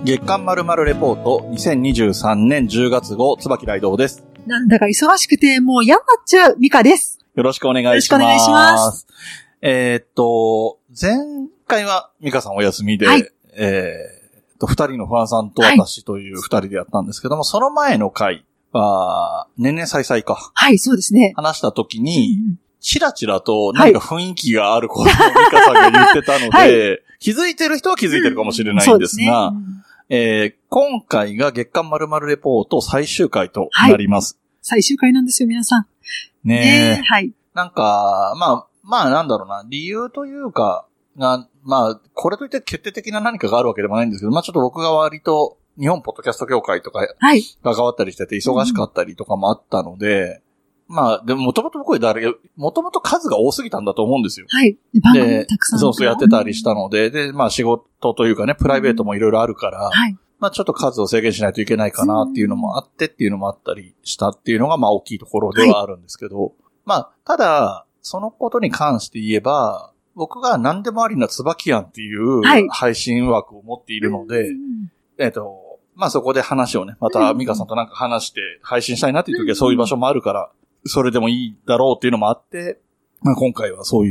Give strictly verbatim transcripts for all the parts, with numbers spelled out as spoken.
月刊〇〇レポートにせんにじゅうさんねんじゅうがつ号椿雷道です。 なんだか忙しくてもう嫌になっちゃうミカです。 よろしくお願いします。よろしくお願いします。えー、っと、前回はミカさんお休みで、はい、えー、っと、二人の不安さんと私という二人でやったんですけども、はい、その前の回は、年々再々か。 はい、そうですね。 話した時に、うん、チラチラと何か雰囲気があることをミカさんが言ってたので、はい、気づいてる人は気づいてるかもしれないんですが、うんそうですねうんえー、今回が月刊〇〇レポート最終回となります。 はい、最終回なんですよ、皆さん。 ねえ。 ねはい。 なんか、まあ、まあなんだろうな、理由というか、が、まあ、これといって決定的な何かがあるわけでもないんですけど、まあちょっと僕が割と日本ポッドキャスト協会とか関わったりしてて忙しかったりとかもあったので、うん、まあ、でももともと僕は誰、もともと数が多すぎたんだと思うんですよ。 はい。番組たくさん。 そうそうやってたりしたので、で、まあ仕事というかね、プライベートもいろいろあるから、うん、はい。まあちょっと数を制限しないといけないかなっていうのもあってっていうのもあったりしたっていうのがまあ大きいところではあるんですけど、はい、まあただ、そのことに関して言えば、僕が何でもありな椿庵っていう配信枠を持っているので、はい、えっと、まあそこで話をね、またミカさんとなんか話して配信したいなっていう時はそういう場所もあるから、それでもいいだろうっていうのもあって、まあ今回はそういう、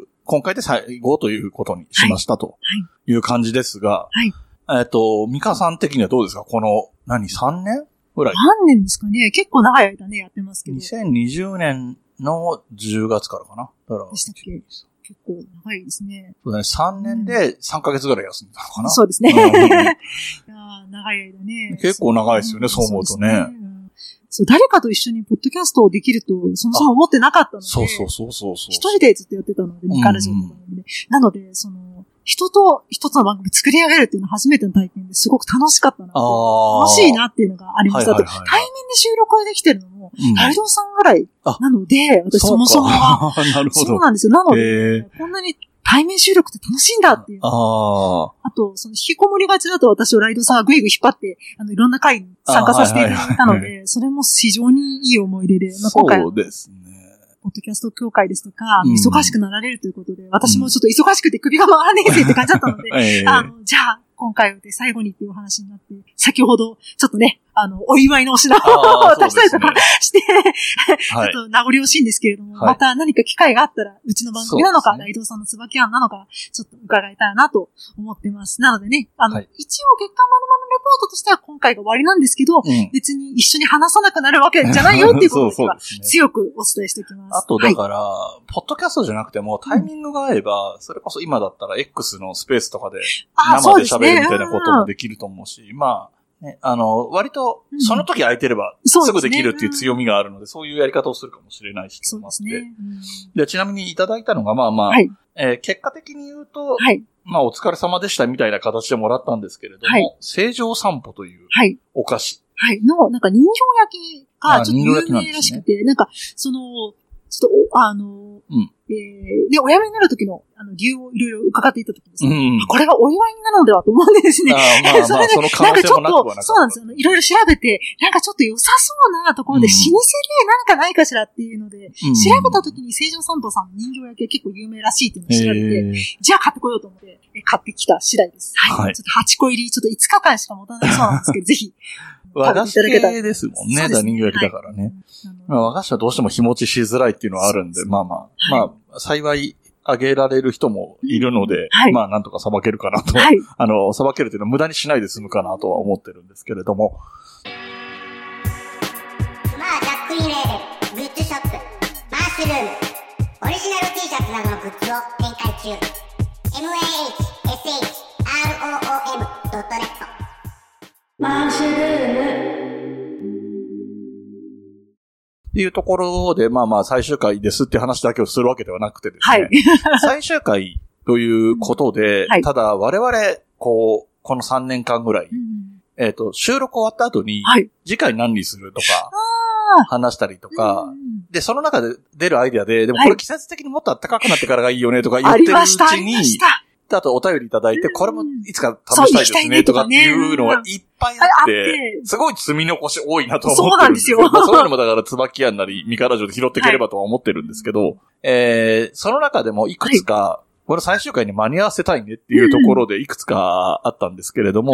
今回で最後ということにしましたという感じですが、はいはい、えっと、ミカさん的にはどうですかこの、何、さんねんぐらい何年ですかね結構長い間ね、やってますけど。 にせんにじゅうねんのじゅうがつからかなだから。 でしたっけ結構長いですね。 そうだね。さんねんでさんかげつぐらい休んだのかな、うん、 そうですね。うん、いや長い間ね。 結構長いですよね、そう思うとね。 そう、誰かと一緒にポッドキャストをできると、そもそも思ってなかったので。 そうそうそうそうそう。 一人でずっとやってたので、ミカラジオとかで、ね。なので、その、人と一つの番組作り上げるっていうのは初めての体験ですごく楽しかったな。楽しいなっていうのがありました。はいはいはいはい、対面で収録ができてるのも、ライドさんぐらいなので、私そもそもは。 なるほど。 そうなんですよ。なので、こんなに対面収録って楽しいんだっていう。ああと、その引きこもりがちだと私をライドさんがぐいぐい引っ張って、あの、いろんな会に参加させていただいたので、それも非常にいい思い出で、まあ、今回そうですね。 ポッドキャスト協会ですとか、うん、忙しくなられるということで、私もちょっと忙しくて首が回らねえぜって感じだったので、えー、あの、じゃあ、今回で最後にっていうお話になって、先ほど、ちょっとね、あの、お祝いのお品を渡したりとかして、ちょっと名残惜しいんですけれども、はい、また何か機会があったら、うちの番組なのか、ライドさんの椿庵なのか、ちょっと伺いたいなと思ってます。なのでね、あの、はい、一応月刊〇〇レポートとしては今回が終わりなんですけど、うん、別に一緒に話さなくなるわけじゃないよっていうことは強くお伝えしておきます。 あと、だから、はい、ポッドキャストじゃなくてもタイミングが合えば、うん、それこそ今だったら X のスペースとかで生で喋るみたいなこともできると思うし、うまあ、ね、あの、割と、その時空いてれば、すぐできるっていう強みがあるので、うん、そういうやり方をするかもしれないし、 そうですね。うん、 で、ちなみにいただいたのが、まあまあ、はいえー、結果的に言うと、はい、まあ、お疲れ様でしたみたいな形でもらったんですけれども、はい、成城散歩というお菓子。 はい。の、なんか人形焼きがちょっと有名らしくて、なんか、その、ちょっと、あの、うん、えー、で、お辞めになる時の、あの、理由をいろいろ伺っていた時ですね、うん、これがお祝いになるのではと思うんですね。あまあまあ、それで、なんかちょっと、そうなんですよ。いろいろ調べて、なんかちょっと良さそうなところで、老舗でなんかないかしらっていうので、うん、調べた時に成城散歩さんの人形焼きが結構有名らしいっていうのを調べて、じゃあ買ってこようと思って、買ってきた次第です。はい。はい、ちょっとはちこ入り、ちょっといつかかんしか持たないそうなんですけど、ぜひ。 和菓子系ですもんね。だ人形焼きだからね。はいまあ、和菓子はどうしても日持ちしづらいっていうのはあるんで、まあまあ、はい、まあ、幸いあげられる人もいるので、うんはい、まあなんとかさばけるかなと、はい、あの、さばけるっていうのは無駄にしないで済むかなとは思ってるんですけれども。 まあ、ざっくりレーベル、グッズショップ、マッシュルーム、オリジナル T シャツなどのグッズを展開中。エムエーエイチエスエイチアールオーオーエムドットネット マッシュルームっていうところで、まあまあ最終回ですって話だけをするわけではなくてですね。はい。最終回ということで、はい、ただ我々、こう、このさんねんかんぐらい、うん、えっと、収録終わった後に、はい、次回何にするとか、話したりとか、うん、で、その中で出るアイデアで、でもこれ季節的にもっと暖かくなってからがいいよねとか言ってるうちに、あとお便りいただいて、これもいつか試したいですねとかっていうのがいっぱいあって、すごい積み残し多いなと思ってるんですよ。そうなんですよ。そういうのもだから椿屋なりミカラジオで拾っていければとは思ってるんですけど、えー、その中でもいくつか、これ最終回に間に合わせたいねっていうところでいくつかあったんですけれども、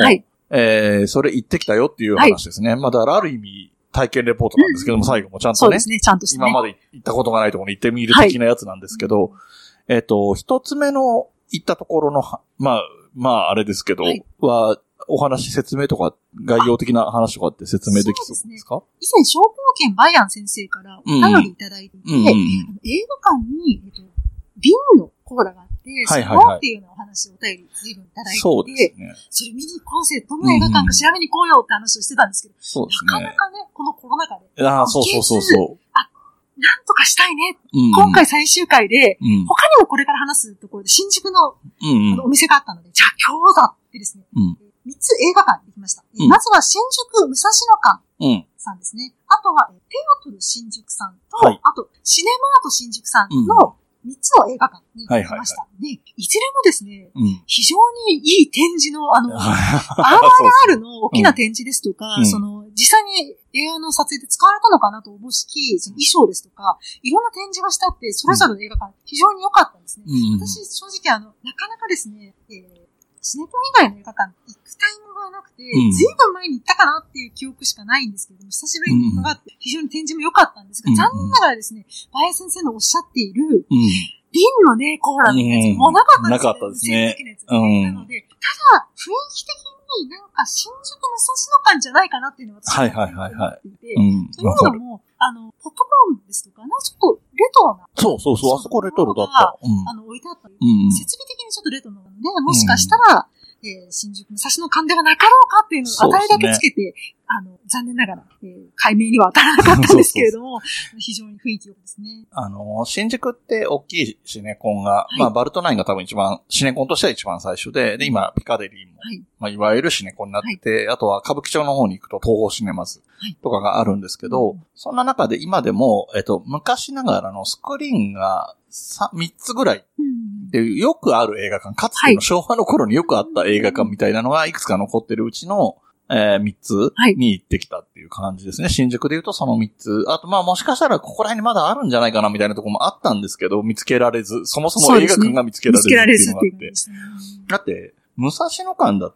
えー、それ行ってきたよっていう話ですね。はい、まあだからある意味体験レポートなんですけども、うん、最後もちゃんとね。そうですね、ちゃんとして、ね。今まで行ったことがないところに行ってみる的なやつなんですけど、はい、えっ、ー、と、一つ目の行ったところの、まあ、まああれですけど、はい、は、お話、説明とか、概要的な話とかって説明できそうですか？そうですね。 以前、商工研バイアン先生からお便りいただいていて、うんうんうん、映画館に、えっと、瓶のコーラがあって、はいはいはい、そのっていうようなお話をお便り随分いただいて、 そうですね。 それ見に行こうぜ、どの映画館か調べに行こうよって話をしてたんですけど、 そうですね。 なかなかね、このコロナ禍で。 ああ、そうそうそうそう。 あ、なんとかしたいね。うん、今回最終回で、うん、他にもこれから話すところで新宿の、うんうん、あのお店があったので、じゃあ今日だってですね、うんみっつ映画館できました。うん、まずは新宿武蔵野館さんですね。うん、あとはテアトル新宿さんと、はい、あとシネマート新宿さんのみっつの映画館に行きました。うんはいはいはい、で、いずれもですね、うん、非常にいい展示の、あの、アールアールアール の大きな展示ですとか、うん、その、実際に映画の撮影で使われたのかなとおぼしき、その衣装ですとか、いろんな展示がしてあって、それぞれの映画館、非常に良かったんですね。うん、私、正直あの、なかなかですね、えーシネコン以外の映画館行くタイミングがなくて、うん、ずいぶん前に行ったかなっていう記憶しかないんですけども、久しぶりに伺って非常に展示も良かったんですが、うん、残念ながらですね、バイア先生のおっしゃっている、うん、瓶のね、コーラのやつもなかったですね。なかったですね。なので、ただ、雰囲気的になんか新宿武蔵野館じゃないかなっていうのは私は思っていて、というのも、あの、ポップコーンですとか、なんかちょっとレトロな。 そうそうそう、あそこレトロだった。 うん、あの、置いてあった。うん、設備的にちょっとレトロなので、もしかしたら、うんえー、新宿武蔵野館ではなかろうかっていうのを値だけつけて、ね、あの、残念ながら、えー、解明には当たらなかったんですけれども、そうそうそう非常に雰囲気良くですね。 あの、新宿って大きいシネコンが、はい、まあ、バルトナインが多分一番、シネコンとしては一番最初で、で、今、ピカデリーも、はい、まあ、いわゆるシネコンになってて、はい、あとは歌舞伎町の方に行くと東宝シネマズとかがあるんですけど、はい、そんな中で今でも、えっと、昔ながらのスクリーンがみっつぐらい、っていうよくある映画館、かつての昭和の頃によくあった映画館みたいなのがいくつか残ってるうちの、えー、みっつに行ってきたっていう感じですね。はい、新宿で言うとそのみっつ。あとまあもしかしたらここら辺にまだあるんじゃないかなみたいなところもあったんですけど、見つけられず、そもそも映画館が見つけられずっていうのがあって。だって、武蔵野館だって、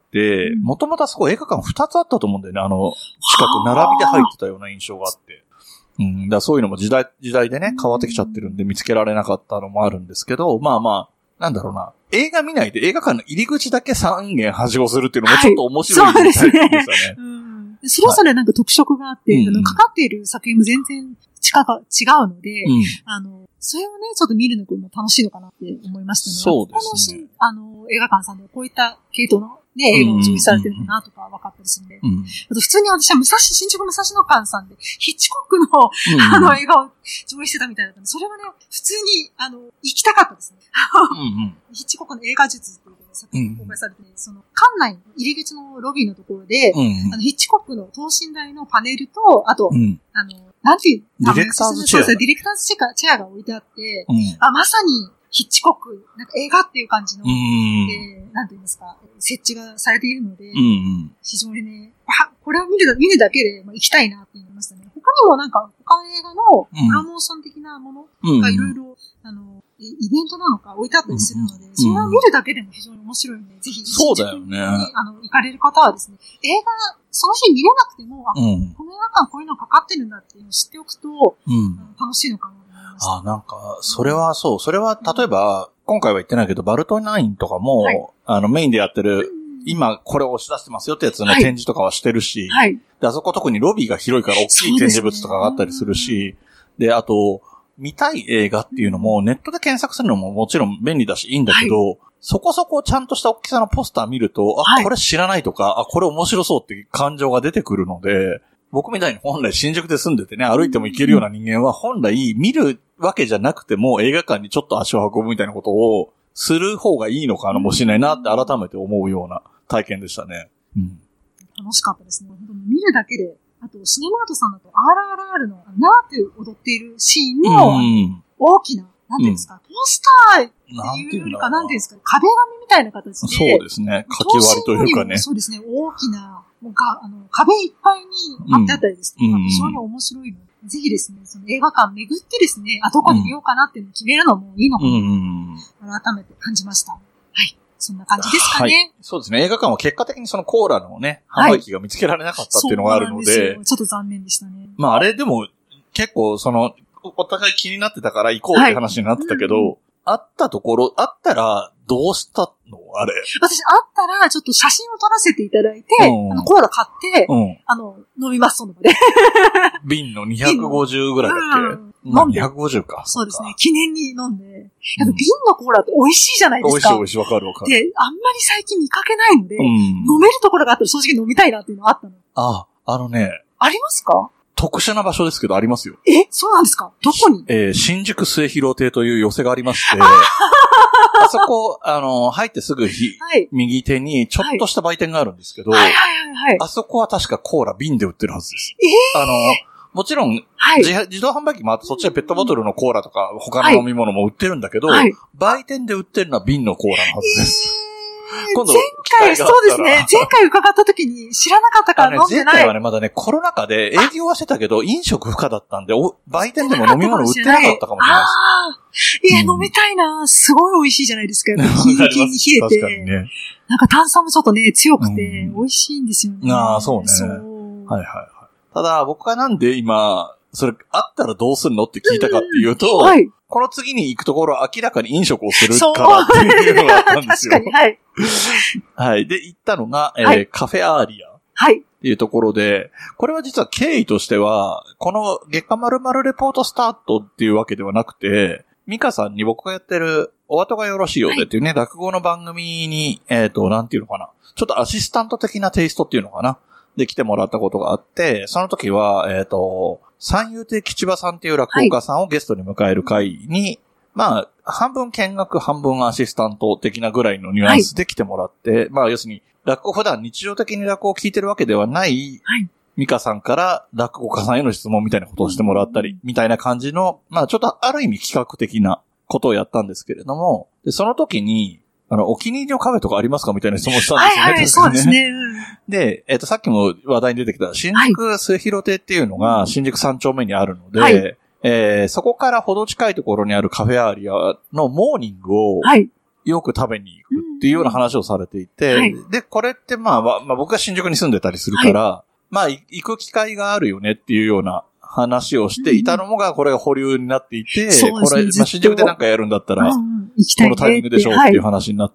もともとあそこ映画館ふたつあったと思うんだよね。あの、近く並びで入ってたような印象があって。うん、だからそういうのも時代、時代でね、変わってきちゃってるんで見つけられなかったのもあるんですけど、まあまあ、なんだろうな。映画見ないで映画館の入り口だけさんげんはしごするっていうのもちょっと面白いみたいですよね。はい、そうですね。うん。それぞれなんか特色があって、はい、あの、かかっている作品も全然近が違うので、うん、あの、それをね、ちょっと見るのも楽しいのかなって思いましたね。 そうですね。 あの、映画館さんでこういった系統のね、映画を上映されてるかなとか分かったりするんで。うん、あと普通に私は武蔵、新宿武蔵野館さんでヒッチコックの、うん、あの映画を上映してたみたいだったんで、それはね、普通に、あの、行きたかったですね。うんうん、ヒッチコックの映画術っていう作品が公開されて、ね、その、館内の入り口のロビーのところで、うんうん、あの、ヒッチコックの等身大のパネルと、あと、うん、あの、なんていう、 ディレクターズチェア。 ディレクターズチェア、チェアが置いてあって、うん、あ、まさに、ヒッチコック、なんか映画っていう感じの、うんえー、なんていうんですか、設置がされているので、うんうん、非常にね、あ、これを見る、見るだけで、まあ、行きたいなって思いましたね。他にもなんか、他の映画のプロモーション的なものがいろいろ、あの、イベントなのか置いてあったりするので、うんうん、それを見るだけでも非常に面白いので、ぜひ、 そうだよね。 あの、行かれる方はですね、映画、その日見れなくても、あ、うん、この映画館こういうのかかってるんだっていうのを知っておくと、うん、楽しいのかなと思いました。 あ、なんか、それはそう、それは例えば、うん、今回は言ってないけど、バルトナインとかも、はい、あの、メインでやってる、今これを押し出してますよってやつの展示とかはしてるし、はい、であそこ特にロビーが広いから大きい展示物とかがあったりするし、で、ね、あと、見たい映画っていうのもネットで検索するのももちろん便利だしいいんだけど、はい、そこそこちゃんとした大きさのポスター見ると、あ、はい、これ知らないとか、あ、これ面白そうっていう感情が出てくるので、僕みたいに本来新宿で住んでてね、歩いても行けるような人間は本来見るわけじゃなくても映画館にちょっと足を運ぶみたいなことをする方がいいのかもしれないなって改めて思うような体験でしたね。うん、 楽しかったですね。見るだけで、あとシネマートさんだと アールアールアール のナーって踊っているシーンの大きな、なんていうんですか、うん、ポスターっていうよりか、なんていうんですか、壁紙みたいな形で。 そうですね。書き割りというかね。 そうですね。大きな、もうかあの壁いっぱいに貼ってあったりですとか、うん、非常に面白いので、ぜひですね、その映画館巡ってですね、あ、どこで見ようかなっていうのを決めるのもいいのかなと、改めて感じました。はい。 そんな感じですかね。はい。 そうですね。映画館は結果的にそのコーラのね、販売機が見つけられなかったっていうのがあるので。はい、そうなんですよ。 ちょっと残念でしたね。 まああれでも結構その、お互い気になってたから行こうって話になってたけど、はいうん、あったところ、あったらどうしたのあれ。 私、あったらちょっと写真を撮らせていただいて、うん、あのコーラ買って、うん、あの、飲みます、その場で。 瓶のにひゃくごじゅうぐらいだっけ、うん、まあ、にひゃくごじゅうか。 そうですね。記念に飲んで。やっぱ瓶のコーラって美味しいじゃないですか。 美味しい美味しい、わかるわかる。 で、あんまり最近見かけないので、うん、飲めるところがあったら正直飲みたいなっていうのがあったの。 ああ、あのね。 ありますか？ 特殊な場所ですけどありますよ。 え、そうなんですか？どこに？ えー、新宿末広亭という寄席がありまして、あそこ、あの、入ってすぐひ、はい、右手にちょっとした売店があるんですけど、はいはいはいはい、あそこは確かコーラ瓶で売ってるはずです。えー、あの、もちろん、はい、自, 自動販売機もあってそっちでペットボトルのコーラとか他の飲み物も売ってるんだけど、はい、売店で売ってるのは瓶のコーラのはずです。えー今度前回、そうですね。前回伺った時に知らなかったから飲んでない。 ね、前回はね、まだね、コロナ禍で営業はしてたけど、飲食不可だったんで、お売店でも飲み物売ってなかったかもしれないです。ああ。いや、うん、飲みたいな。すごい美味しいじゃないですか。キンキンに冷えて。確かにね。なんか炭酸もちょっとね、強くて、美味しいんですよね。 ああ、そうね。そう。はいはいはい。ただ、僕はなんで今、それ、あったらどうするのって聞いたかっていうと、はい、この次に行くところは明らかに飲食をするからっていうのがあったんですよ。 確かに、はい。 はい。で、行ったのが、えーはい、カフェアーリア。はい。っていうところで、これは実は経緯としては、この月刊〇〇レポートスタートっていうわけではなくて、ミカさんに僕がやってる、お後がよろしいようでっていうね、はい、落語の番組に、えっと、なんていうのかな。ちょっとアシスタント的なテイストっていうのかな。で来てもらったことがあって、その時は、えっと、三遊亭吉場さんっていう落語家さんをゲストに迎える会に、はい、まあ、半分見学、半分アシスタント的なぐらいのニュアンスで来てもらって、はい、まあ、要するに、落語、普段日常的に落語を聞いてるわけではない、はい、ミカさんから落語家さんへの質問みたいなことをしてもらったり、みたいな感じの、まあ、ちょっとある意味企画的なことをやったんですけれども、でその時に、あの、お気に入りのカフェとかありますかみたいな質問したんですよね。はいはい、そうですね。で、えっと、さっきも話題に出てきた、新宿末広亭っていうのが、新宿三丁目にあるので、はい、えー、そこからほど近いところにあるカフェアーリアのモーニングを、よく食べに行くっていうような話をされていて、はい、で、これってまあ、まあ、まあ、僕が新宿に住んでたりするから、はい、まあ、行く機会があるよねっていうような話をしていたのが、これが保留になっていて、うん、これ、まあ、新宿でなんかやるんだったら、うんこのタイミングでしょうっていう話になって、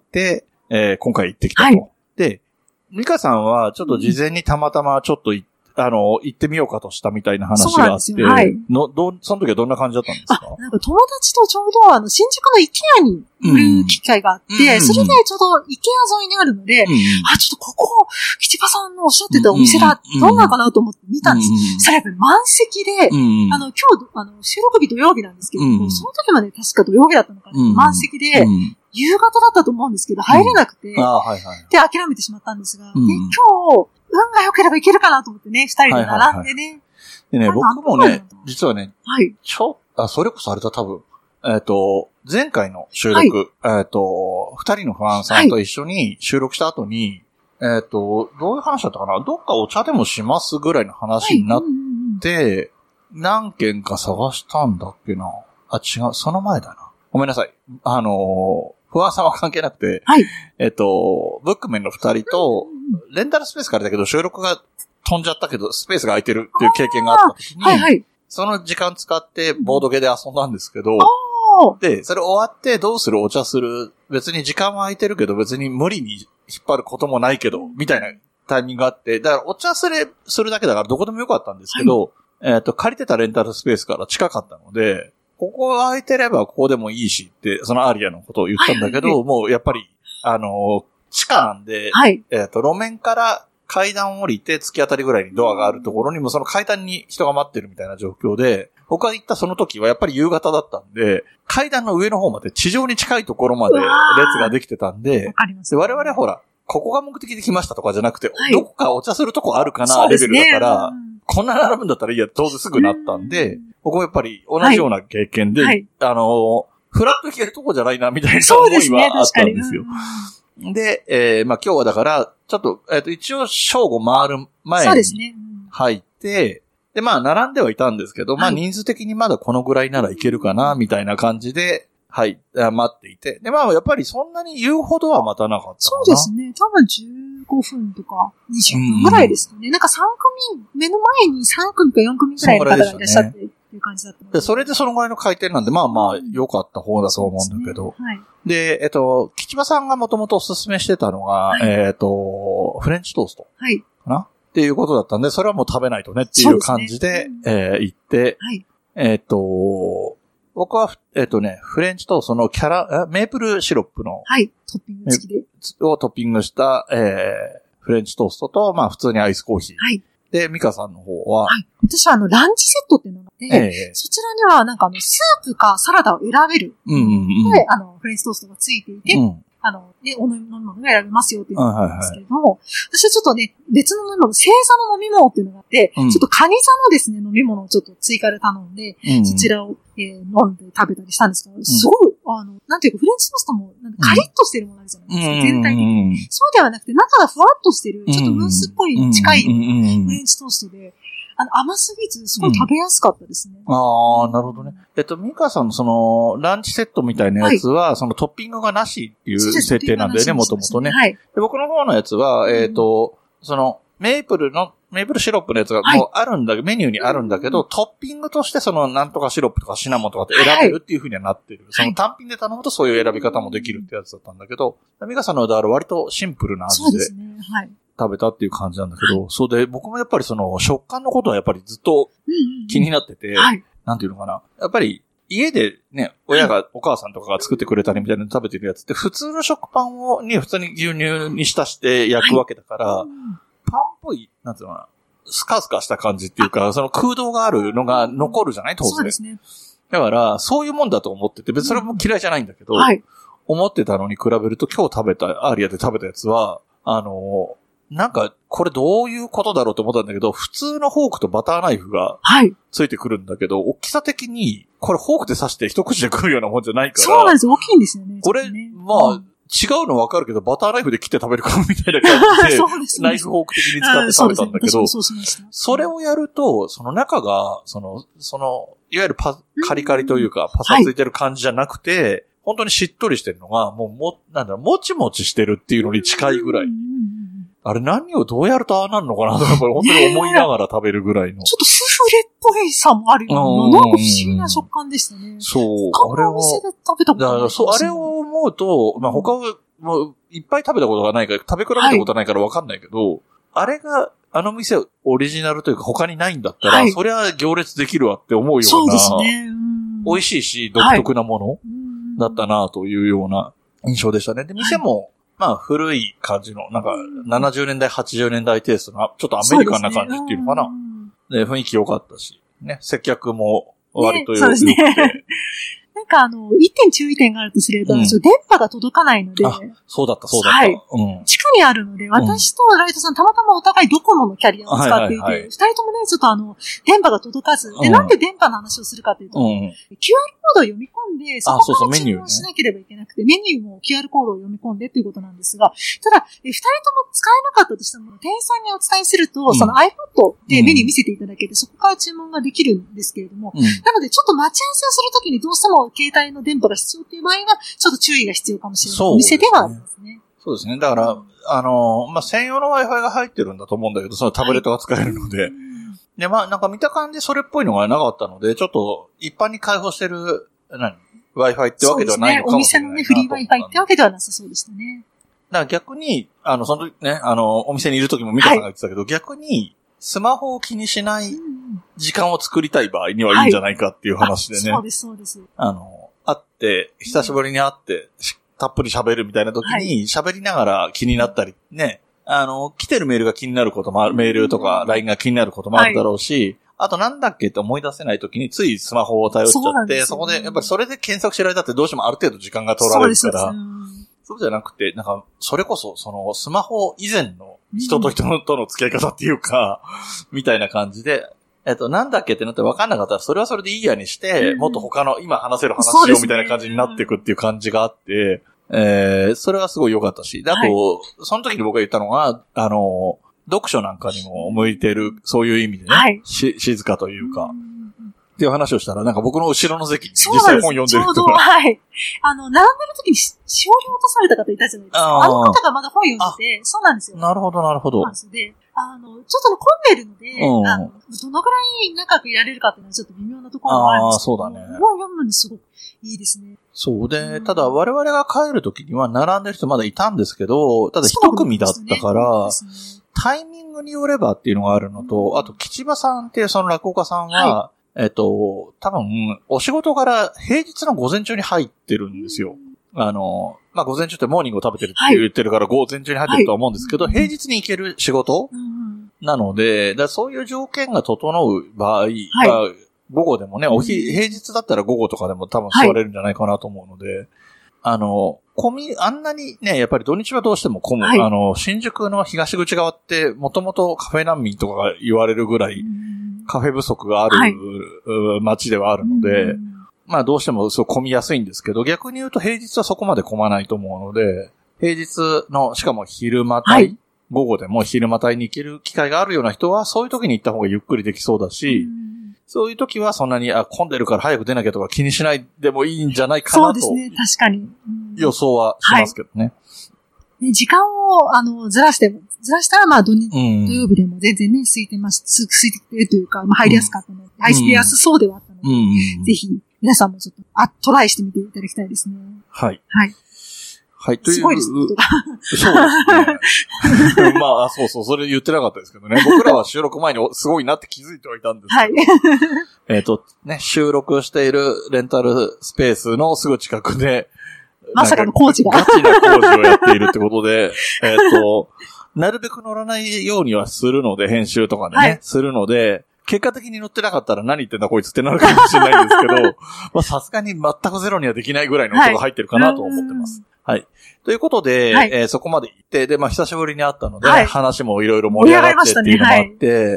はい、えー、今回行ってきたと。はい、で、ミカさんはちょっと事前にたまたまちょっと、あの、行ってみようかとしたみたいな話があって、はい、のどその時はどんな感じだったんですか？ あ、なんか友達とちょうどあの、新宿のイケアに売る機会があって、うん、それでちょうどイケア沿いにあるので、うん、あ、ちょっとここ、吉場さんのおっしゃってたお店だ、うん、どんなかなと思って見たんです。うん、それやっぱり満席で、うん、あの、今日、あの、収録日土曜日なんですけども、うん、その時まで確か土曜日だったのかな、うん、満席で、うん夕方だったと思うんですけど、入れなくて、うんあはいはい、で、諦めてしまったんですが、うん、で、今日、運が良ければいけるかなと思ってね、二人で並んでね。はいはいはい、 でね、僕もね、実はね、はい、ちょ、あ、それこそあれだ多分、えっと、前回の収録、はい、えっと、二人のファンさんと一緒に収録した後に、はい、えっと、どういう話だったかなどっかお茶でもしますぐらいの話になって、はいうんうんうん、何軒か探したんだっけなあ、違う、その前だな。ごめんなさい。あのー、不安さんは関係なくて、はい。えっと、ブックメンの二人と、レンタルスペースからだけど、収録が飛んじゃったけど、スペースが空いてるっていう経験があった時に、はいはい。その時間使ってボードゲーで遊んだんですけど、で、それ終わってどうするお茶する、別に時間は空いてるけど、別に無理に引っ張ることもないけど、みたいなタイミングがあって、だからお茶する、するだけだからどこでもよかったんですけど、はい、えっと、借りてたレンタルスペースから近かったので、ここが空いてればここでもいいしって、そのアリアのことを言ったんだけど、はいはいはい、もうやっぱり、あの、地下なんで、はい、えっと、路面から階段を降りて突き当たりぐらいにドアがあるところにもその階段に人が待ってるみたいな状況で、僕が行ったその時はやっぱり夕方だったんで、階段の上の方まで地上に近いところまで列ができてたんで、で我々ほら、ここが目的で来ましたとかじゃなくて、はい、どこかお茶するとこあるかな、レベルだから、こんな並ぶんだったらいいや、当然すぐなったんで、僕もやっぱり同じような経験で、はい、あの、フラッと行けるとこじゃないな、みたいな思いはあったんですよ。で、えー、まあ今日はだから、ちょっと、えっと、一応正午回る前に入って、で、まあ並んではいたんですけど、はい、まあ人数的にまだこのぐらいならいけるかな、みたいな感じで、 はい、待っていて。で、まあ、やっぱりそんなに言うほどは待たなかったかな。 そうですね。多分じゅうごふんとかにじゅっぷんぐらいですよね。うん、なんかさん組、目の前にさん組かよん組ぐらいの方がいらっしゃってっていう感じだったので。 で、それでそのぐらいの回転なんで、まあまあ、良かった方だと思うんだけど。で、ねはい、で、えっと、吉場さんがもともとおすすめしてたのが、はい、えっと、フレンチトースト。はい。かなっていうことだったんで、それはもう食べないとねっていう感じで、で、ねうん、えー、行って、はい、えっと、僕は、えっとね、フレンチトーストのキャラ、メープルシロップの、 はい、トッピング付きで。 をトッピングした、えー、フレンチトーストと、まあ普通にアイスコーヒー。はい。で、ミカさんの方は、はい。 私はあの、ランチセットっていうのがあって、えー、そちらにはなんかあの、スープかサラダを選べる。うんうんうん。で、あの、フレンチトーストが付いていて、うん、あの、ね、お飲み物が選べますよっていうのなんですけれども、はいはいはい、私はちょっとね、別の飲み物、星座の飲み物っていうのがあって、うん、ちょっとカニ座のですね、飲み物をちょっと追加で頼んで、うんうん、そちらを、えー、飲んで食べたりしたんですけど、すごい、あの、なんていうか、フレンチトーストも、なんかカリッとしてるものあるじゃないですか、うん、全体的に。そうではなくて、中がふわっとしてる、ちょっとムースっぽい近いフレンチトーストで、あの、甘すぎず、すごい食べやすかったですね。 うん、ああ、なるほどね。えっと、ミカさんのその、ランチセットみたいなやつは、はい、そのトッピングがなしっていう設定なんだよね、もともとね。はい。で、僕の方のやつは、えっと、うん、その、メープルの、メープルシロップのやつがもうあるんだけど、はい、メニューにあるんだけど、うん、トッピングとしてその、なんとかシロップとかシナモンとかって選べるっていう風にはなってる。はい、その単品で頼むとそういう選び方もできるってやつだったんだけど、ミカさんのは割とシンプルな味で。そうですね。はい。食べたっていう感じなんだけど、はい、そうで、僕もやっぱりその食感のことはやっぱりずっと気になってて、うんうんはい、なんていうのかな。やっぱり家でね、親が、お母さんとかが作ってくれたりみたいなの食べてるやつって普通の食パンをに普通に牛乳に浸して焼くわけだから、はい、パンっぽい、なんていうのかな、スカスカした感じっていうか、その空洞があるのが残るじゃない当然。そうですね。だから、そういうもんだと思ってて、別にそれも嫌いじゃないんだけど、はい、思ってたのに比べると今日食べた、アーリアで食べたやつは、あの、なんか、これどういうことだろうと思ったんだけど、普通のフォークとバターナイフがついてくるんだけど、はい、大きさ的に、これフォークで刺して一口で食うようなもんじゃないから。 そうなんです、大きいんですよね。 これ、ね、まあ、うん、違うのわかるけど、バターナイフで切って食べるかみたいな感じで、そうですね、ナイフフォーク的に使って食べたんだけど、そ, そ, それをやると、その中が、その、その、いわゆるパ、カリカリというか、パサついてる感じじゃなくて、はい、本当にしっとりしてるのが、もう、も、なんだろう、もちもちしてるっていうのに近いぐらい。あれ何をどうやるとああなるのかなとか、本当に思いながら食べるぐらいの。 ちょっとスフレっぽいさもあるような、なんか不思議な食感でしたね。 そう。 あれは。お店で食べたことない。だからそう、あれを思うと、まあ他は、もういっぱい食べたことがないから、食べ比べたことないからわかんないけど、はい、あれが、あの店オリジナルというか他にないんだったら、はい、そりゃ行列できるわって思うような。そうですね。うん、美味しいし、独特なもの、はい、だったなというような印象でしたね。で、店も、はい、まあ、古い感じの、なんか、ななじゅうねんだい、はちじゅうねんだいテイストの、ちょっとアメリカンな感じっていうのかな。で、ね、雰囲気良かったし、ね、接客も割と良くて。ね、そうですね。 なんかあの、一点注意点があるとすれば、うん、電波が届かないので。あ、 そうだった、そうだった。はい。 うん、地下にあるので、私とライトさん、たまたまお互いドコモのキャリアを使っていて、二、はいはいはい、人ともね、ちょっとあの、電波が届かず、で、うん、なんで電波の話をするかというと、うん、キューアール コードを読み込んで、そこから注文しなければいけなくて、メニューも キューアール コードを読み込んでっていうことなんですが、ただ、二人とも使えなかったとしても、店員さんにお伝えすると、うん、その iPad でメニュー見せていただけて、そこから注文ができるんですけれども、うん、なので、ちょっと待ち合わせをするときにどうしても携帯の電波が必要っていう場合は、ちょっと注意が必要かもしれない。お店ではありますね。 そうですね。だから、うん、あの、まあ、専用の Wi-Fi が入ってるんだと思うんだけど、そのタブレットが使えるので。はい、で、まあ、なんか見た感じそれっぽいのがなかったので、ちょっと一般に開放してる、何 ?Wi-Fi ってわけではないのかもしれないなと思った。そうですね。お店のね、フリー Wi-Fi ってわけではなさそうでしたね。 だから逆に、あの、その時ね、あの、お店にいる時もミカさんが言ってたけど、はい、逆に、スマホを気にしない時間を作りたい場合にはいいんじゃないかっていう話でね。 はい、そうです、そうです。 あの、会って、久しぶりに会って、たっぷり喋るみたいな時に、喋りながら気になったり、ね、あの、来てるメールが気になることもある、メールとか ライン が気になることもあるだろうし、はい、あとなんだっけって思い出せない時についスマホを頼っちゃって、 そ, そこで、やっぱりそれで検索してる間ってどうしてもある程度時間が取られるから、そうじゃなくて、なんか、それこそ、その、スマホ以前の人と人との付き合い方っていうか、うん、みたいな感じで、えっと、なんだっけってなって分かんなかったら、それはそれでいいやにして、うん、もっと他の、今話せる話しようみたいな感じになっていくっていう感じがあって、えー、それはすごい良かったし、であと、はい、その時に僕が言ったのが、あの、読書なんかにも向いてる、そういう意味でね、はい、し静かというか、 っていう話をしたら、なんか僕の後ろの席に実際本読んでる人が。 ちょうど、はい。あの、並んでる時にしおり落とされた方いたじゃないですか。あ, あの方がまだ本読んでて、そうなんですよ。 なるほど、なるほど。 そうなんですで、あの、ちょっと混んでるので、うん、あの、どのぐらい長くいられるかっていうのはちょっと微妙なところがあるんですけど。ああ、そうだね。本読むのにすごくいいですね。 そうで、うん、ただ我々が帰る時には並んでる人まだいたんですけど、ただ一組だったから、タイミングによればっていうのがあるのと、うん、あと、吉場さんっていうその落語家さんは、はい、えっと、多分、お仕事から平日の午前中に入ってるんですよ。うん、あの、まあ、午前中ってモーニングを食べてるって言ってるから、午前中に入ってるとは思うんですけど、はい、平日に行ける仕事、うん、なので、だそういう条件が整う場合は、はい、午後でもね、お日、平日だったら午後とかでも多分座れるんじゃないかなと思うので、はい、あの、混み、あんなにね、やっぱり土日はどうしても混む。はい、あの、新宿の東口側って、もともとカフェ難民とかが言われるぐらい、カフェ不足がある、はい、街ではあるので、まあどうしてもそう混みやすいんですけど、逆に言うと平日はそこまで混まないと思うので、平日の、しかも昼間帯、はい、午後でも昼間帯に行ける機会があるような人は、そういう時に行った方がゆっくりできそうだし、そういう時はそんなに、あ、混んでるから早く出なきゃとか気にしないでもいいんじゃないかなと。そうですね、 確かに。 予想はしますけどね。 はい、時間を、あの、ずらしても、ずらしたら、まあ土、土曜日でも全然ね、空いてます、空いてくれるというか、まあ入りやすかったので、うん、入りやすそうではあったので、うん、ぜひ、皆さんもちょっと、あ、トライしてみていただきたいですね。 はい。 はい。 はい、という。 すごいですね、音が。 そうですね。まあ、そうそう、それ言ってなかったですけどね。僕らは収録前にすごいなって気づいてはいたんですけど。はい。えっと、ね、収録しているレンタルスペースのすぐ近くで、 まさかの工事が。 ガチな工事をやっているってことで、えっと、なるべく乗らないようにはするので、編集とかでね、はい、するので、結果的に乗ってなかったら何言ってんだこいつってなるかもしれないんですけど、まあさすがに全くゼロにはできないぐらいの音が入ってるかなと思ってます。はい。はい、ということで、はい、えー、そこまで行って、で、まあ久しぶりに会ったので、はい、話もいろいろ盛り上がってっていうのもあって、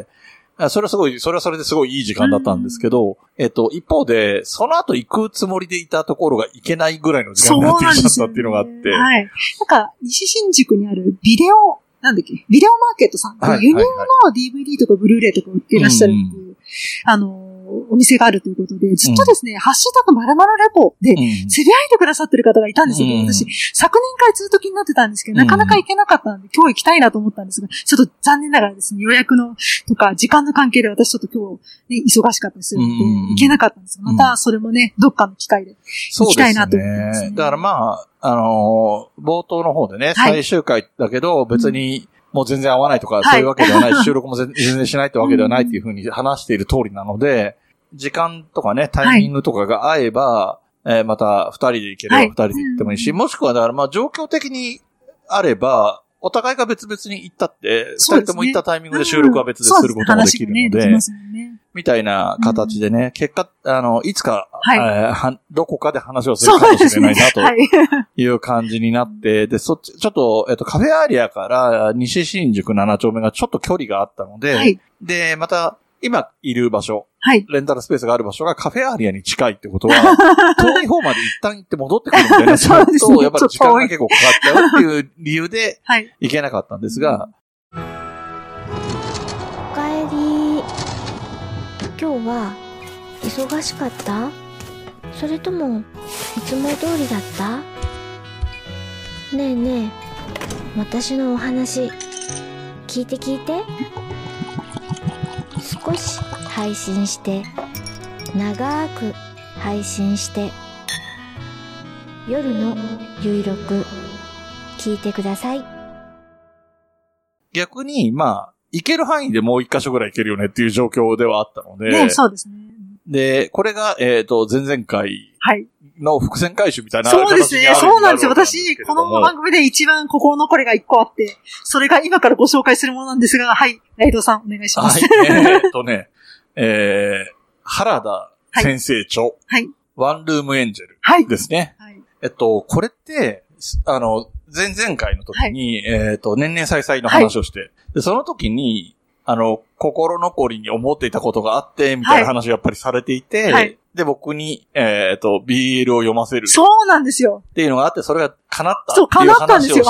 それはすごい、それはそれですごいいい時間だったんですけど、えっと、一方で、その後行くつもりでいたところが行けないぐらいの時間になってきちゃったっていうのがあって。はい。 なんか、西新宿にあるビデオ、なんだっけ、ビデオマーケットさんって、はい、輸入の ディーブイディー とかブルーレイとか売ってらっしゃるっていう、うん、あの、お店があるということで、ずっとですね、うん、ハッシュタグ〇〇レポで、つぶやいてくださってる方がいたんですよ、うん、私、昨年からずっと気になってたんですけど、なかなか行けなかったんで、今日行きたいなと思ったんですが、ちょっと残念ながらですね、予約のとか、時間の関係で私ちょっと今日、ね、忙しかったりするので、行けなかったんですが、またそれもね、どっかの機会で行きたいなと思ってます、ね。 だからまあ、あのー、冒頭の方でね、はい、最終回だけど、別に、うんもう全然合わないとか、そういうわけではない、はい、収録も全然しないってわけではないっていうふうに話している通りなので、時間とかね、タイミングとかが合えば、はい、えー、また二人で行ければ二人で行ってもいいし、はい、もしくはだからまあ状況的にあれば、お互いが別々に行ったって、二、ね、人とも行ったタイミングで収録は別ですることもできるので、ねね、みたいな形でね、うん、結果、あの、いつか、はいえー、はどこかで話をするかもしれないなという感じになって、で、そっち、ちょっと、えっと、カフェアリアから西新宿なな丁目がちょっと距離があったので、はい、で、また、今いる場所、はい、レンタルスペースがある場所がカフェアリアに近いってことは、遠い方まで一旦行って戻ってくるみたいな、ちょっとやっぱり時間が結構かかっちゃうっていう理由で、行けなかったんですが、 おかえり。今日は忙しかった？それともいつも通りだった？ねえねえ、私のお話聞いて聞いて。少し配信して長く配信して夜のゆいろく聞いてください。 逆にまあ行ける範囲でもう一箇所ぐらい行けるよねっていう状況ではあったので、 ね、そうですね。 でこれがえっ、ー、と前々回の伏線回収みたいな、 そうですね。そうなんですよ。私この番組で一番心残りが一個あって、それが今からご紹介するものなんですが、はい、ライドさんお願いします。 はい、えー、っとね、えー、原田先生著、はい、ワンルームエンジェルですね。はいはい、えっとこれってあの前々回の時に、はい、えー、っと年々再々の話をして、はい、でその時にあの、心残りに思っていたことがあって、みたいな話をやっぱりされていて、はい、で、僕に、えっ、ー、と、ビーエル を読ませる。 そうなんですよ。 っていうのがあって、それが叶ったっていう話をして、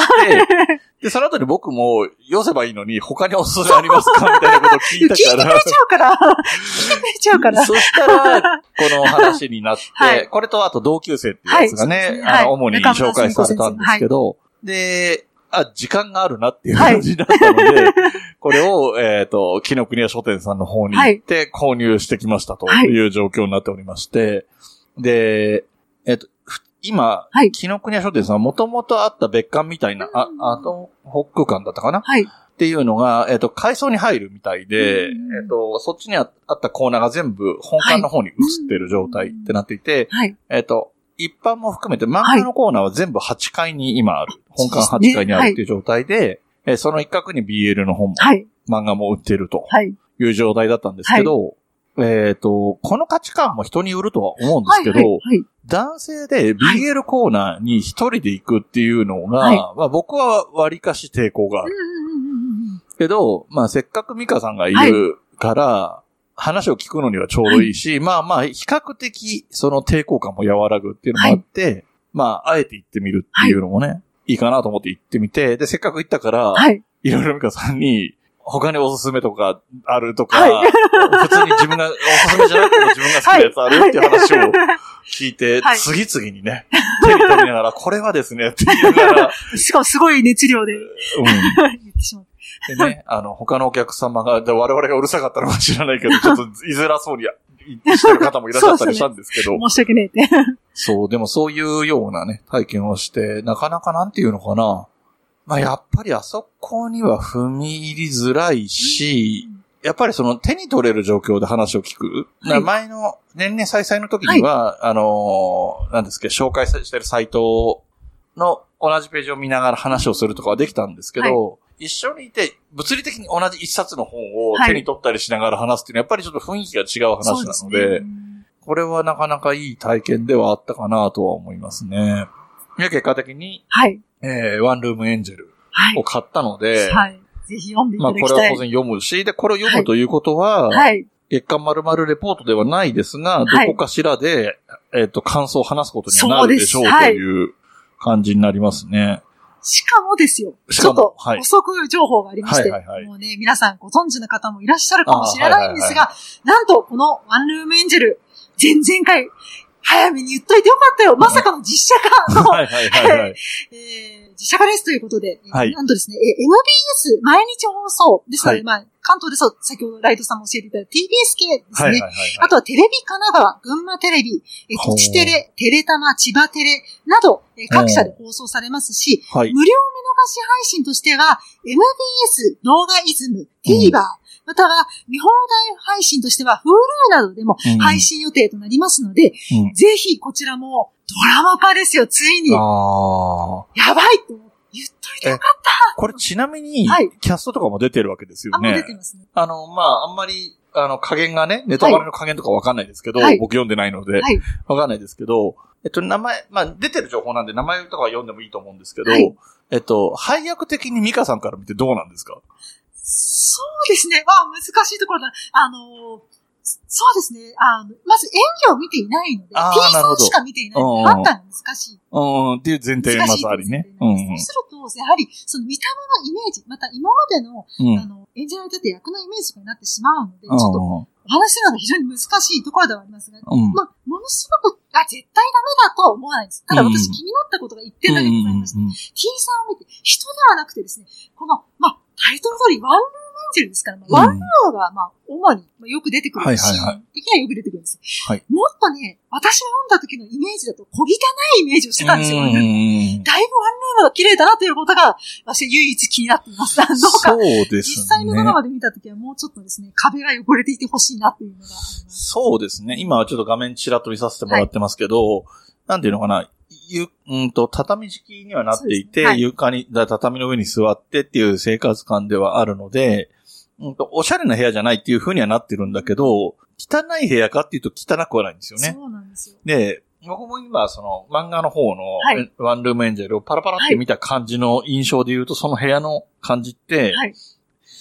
で、その後に僕も、寄せばいいのに、他におすすめありますかみたいなことを聞いたから。聞いてくれちゃうから。聞いてくれちゃうから。そしたら、この話になって、はい、これとあと同級生っていうやつがね、はい、あの、主に紹介されたんですけど、はい、で、あ、時間があるなっていう感じになったので、はい、これを、えっ、ー、と、紀ノ国屋書店さんの方に行って購入してきましたという状況になっておりまして、はい、で、えっ、ー、と、今、はい、紀ノ国屋書店さんはもともとあった別館みたいな、あ、あと、北空館だったかな、はい、っていうのが、えっ、ー、と、改装に入るみたいで、えっ、ー、と、そっちにあったコーナーが全部本館の方に移ってる状態ってなっていて、はい、えっ、ー、と、一般も含めて漫画のコーナーは全部はちかいに今ある。本館はちかいにあるっていう状態で、はいえー、その一角に ビーエル の本も、はい、漫画も売ってるという状態だったんですけど、はい、えっ、ー、と、この価値観も人によるとは思うんですけど、はいはいはい、男性で ビーエル コーナーに一人で行くっていうのが、はいまあ、僕は割かし抵抗がある。けど、まあせっかくミカさんがいるから、はい話を聞くのにはちょうどいいし、はい、まあまあ、比較的、その抵抗感も和らぐっていうのもあって、はい、まあ、あえて行ってみるっていうのもね、はい、いいかなと思って行ってみて、で、せっかく行ったから、はい、いろいろミカさんに、他におすすめとかあるとか、はい、普通に自分が、おすすめじゃなくても自分が好きなやつあるっていう話を聞いて、はい、次々にね、手に取りながら、これはですね、って言いながら。 しかもすごい熱量で、うん、言ってしまう。 でね、あの、他のお客様が、我々がうるさかったのか知らないけど、ちょっと居づらそうにしてる方もいらっしゃったりしたんですけど。 ね、申し訳ねえって。 そう、でもそういうようなね、体験をして、なかなかなんていうのかな。まあ、やっぱりあそこには踏み入りづらいし、やっぱりその手に取れる状況で話を聞く。はい、前の年々再々の時には、はい、あの、なんですか、紹介してるサイトの同じページを見ながら話をするとかはできたんですけど、はい一緒にいて、物理的に同じ一冊の本を手に取ったりしながら話すっていうのは、やっぱりちょっと雰囲気が違う話なので、ね、これはなかなかいい体験ではあったかなとは思いますね。で、結果的に、はい、えー、ワンルームエンジェルを買ったので、はい。はい、 ぜひ読んでいただきたい。 まあ、これは当然読むし、で、これを読むということは、はい。月刊〇〇レポートではないですが、はい、どこかしらで、えっと、感想を話すことにはなるでしょうという感じになりますね。 しかもですよ。ちょっと補足情報がありまして、はいはいはいはい、もうね、皆さんご存知の方もいらっしゃるかもしれないんですが、はいはいはい、なんとこのワンルームエンジェル、前々回、早めに言っといてよかったよ。まさかの実写化の、はいはいはいはいえー、実写化ですということで、はい、なんとですね、エムビーエス 毎日放送ですので、はい、まあ、関東でそう、先ほどライトさんも教えていただいた ティービーエス 系ですね。はいはいはいはい、あとはテレビ神奈川、群馬テレビ、え土地テレ、テレタマ、千葉テレなど、え各社で放送されますし、はい、無料見逃し配信としては、エムビーエス 動画イズム、TVer、うんまたは、見放題配信としては、Hulu などでも配信予定となりますので、うん、ぜひこちらもドラマ化ですよ、ついに。あやばいと言っといてよかった。 これちなみに、はい、キャストとかも出てるわけですよね。 あ、もう出てますね。 あの、まあ、あんまり、あの、加減がね、ネタバレの加減とかわかんないですけど、はい、僕読んでないので、はい、わかんないですけど、えっと、名前、まあ、出てる情報なんで名前とかは読んでもいいと思うんですけど、はい、えっと、配役的にミカさんから見てどうなんですか？ そうですね。まあ、難しいところだ。あのー、そうですね。あの、まず演技を見ていないので、T さんしか見ていないので、判断が難しい。 うん、っていう前提がまずありね。 うん、そうすると、やはり、その見た目のイメージ、また今までの、うん、あの、演じられてた役のイメージとかになってしまうので、ちょっと、お話するのが非常に難しいところではありますが、うん、まあ、ものすごく、あ、絶対ダメだとは思わないです。ただ私気になったことが一点だけございまして、うん、T さんを見て、人ではなくてですね、この、まあ、タイトル通りワンルームエンジェルですから、まあ、ワンルームが、まあ、主によく出てくるし、はいはいはい、的にはよく出てくるんです。はい、もっとね、私が読んだ時のイメージだと小汚いイメージをしてたんですよ。だいぶワンルームが綺麗だなということが、私唯一気になっています。どうかそうですね。実際のドラマで見た時はもうちょっとですね、壁が汚れていてほしいなというのがあります。 そうですね。今はちょっと画面ちらっと見させてもらってますけど、はい、なんていうのかな。ゆ、うんと、畳敷きにはなっていて、ねはい、床に、畳の上に座ってっていう生活感ではあるので、うんと、おしゃれな部屋じゃないっていう風にはなってるんだけど、汚い部屋かっていうと汚くはないんですよね。 そうなんですよ。 で、僕も今、その、漫画の方の、はい、ワンルームエンジェルをパラパラって見た感じの印象で言うと、その部屋の感じって、はい、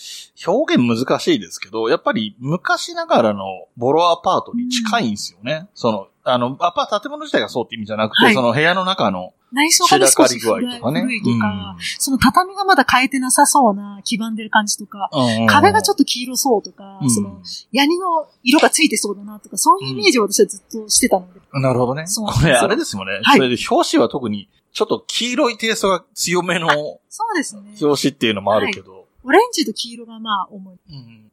表現難しいですけど、やっぱり昔ながらのボロアパートに近いんですよね。うん、その、あの、アパート、建物自体がそうって意味じゃなくて、はい、その部屋の中の、 内装が少し古いとかね。古いとか、うん、その畳がまだ変えてなさそうな、黄ばんでる感じとか、うん、壁がちょっと黄色そうとか、うん、その、屋根の色がついてそうだなとか、そういうイメージを私はずっとしてたので。 うん、なるほどね。これ、あれですよね。はい、それで表紙は特に、ちょっと黄色いテイストが強めの、 そうですね。 表紙っていうのもあるけど。はい、 オレンジと黄色がまあ重い。うん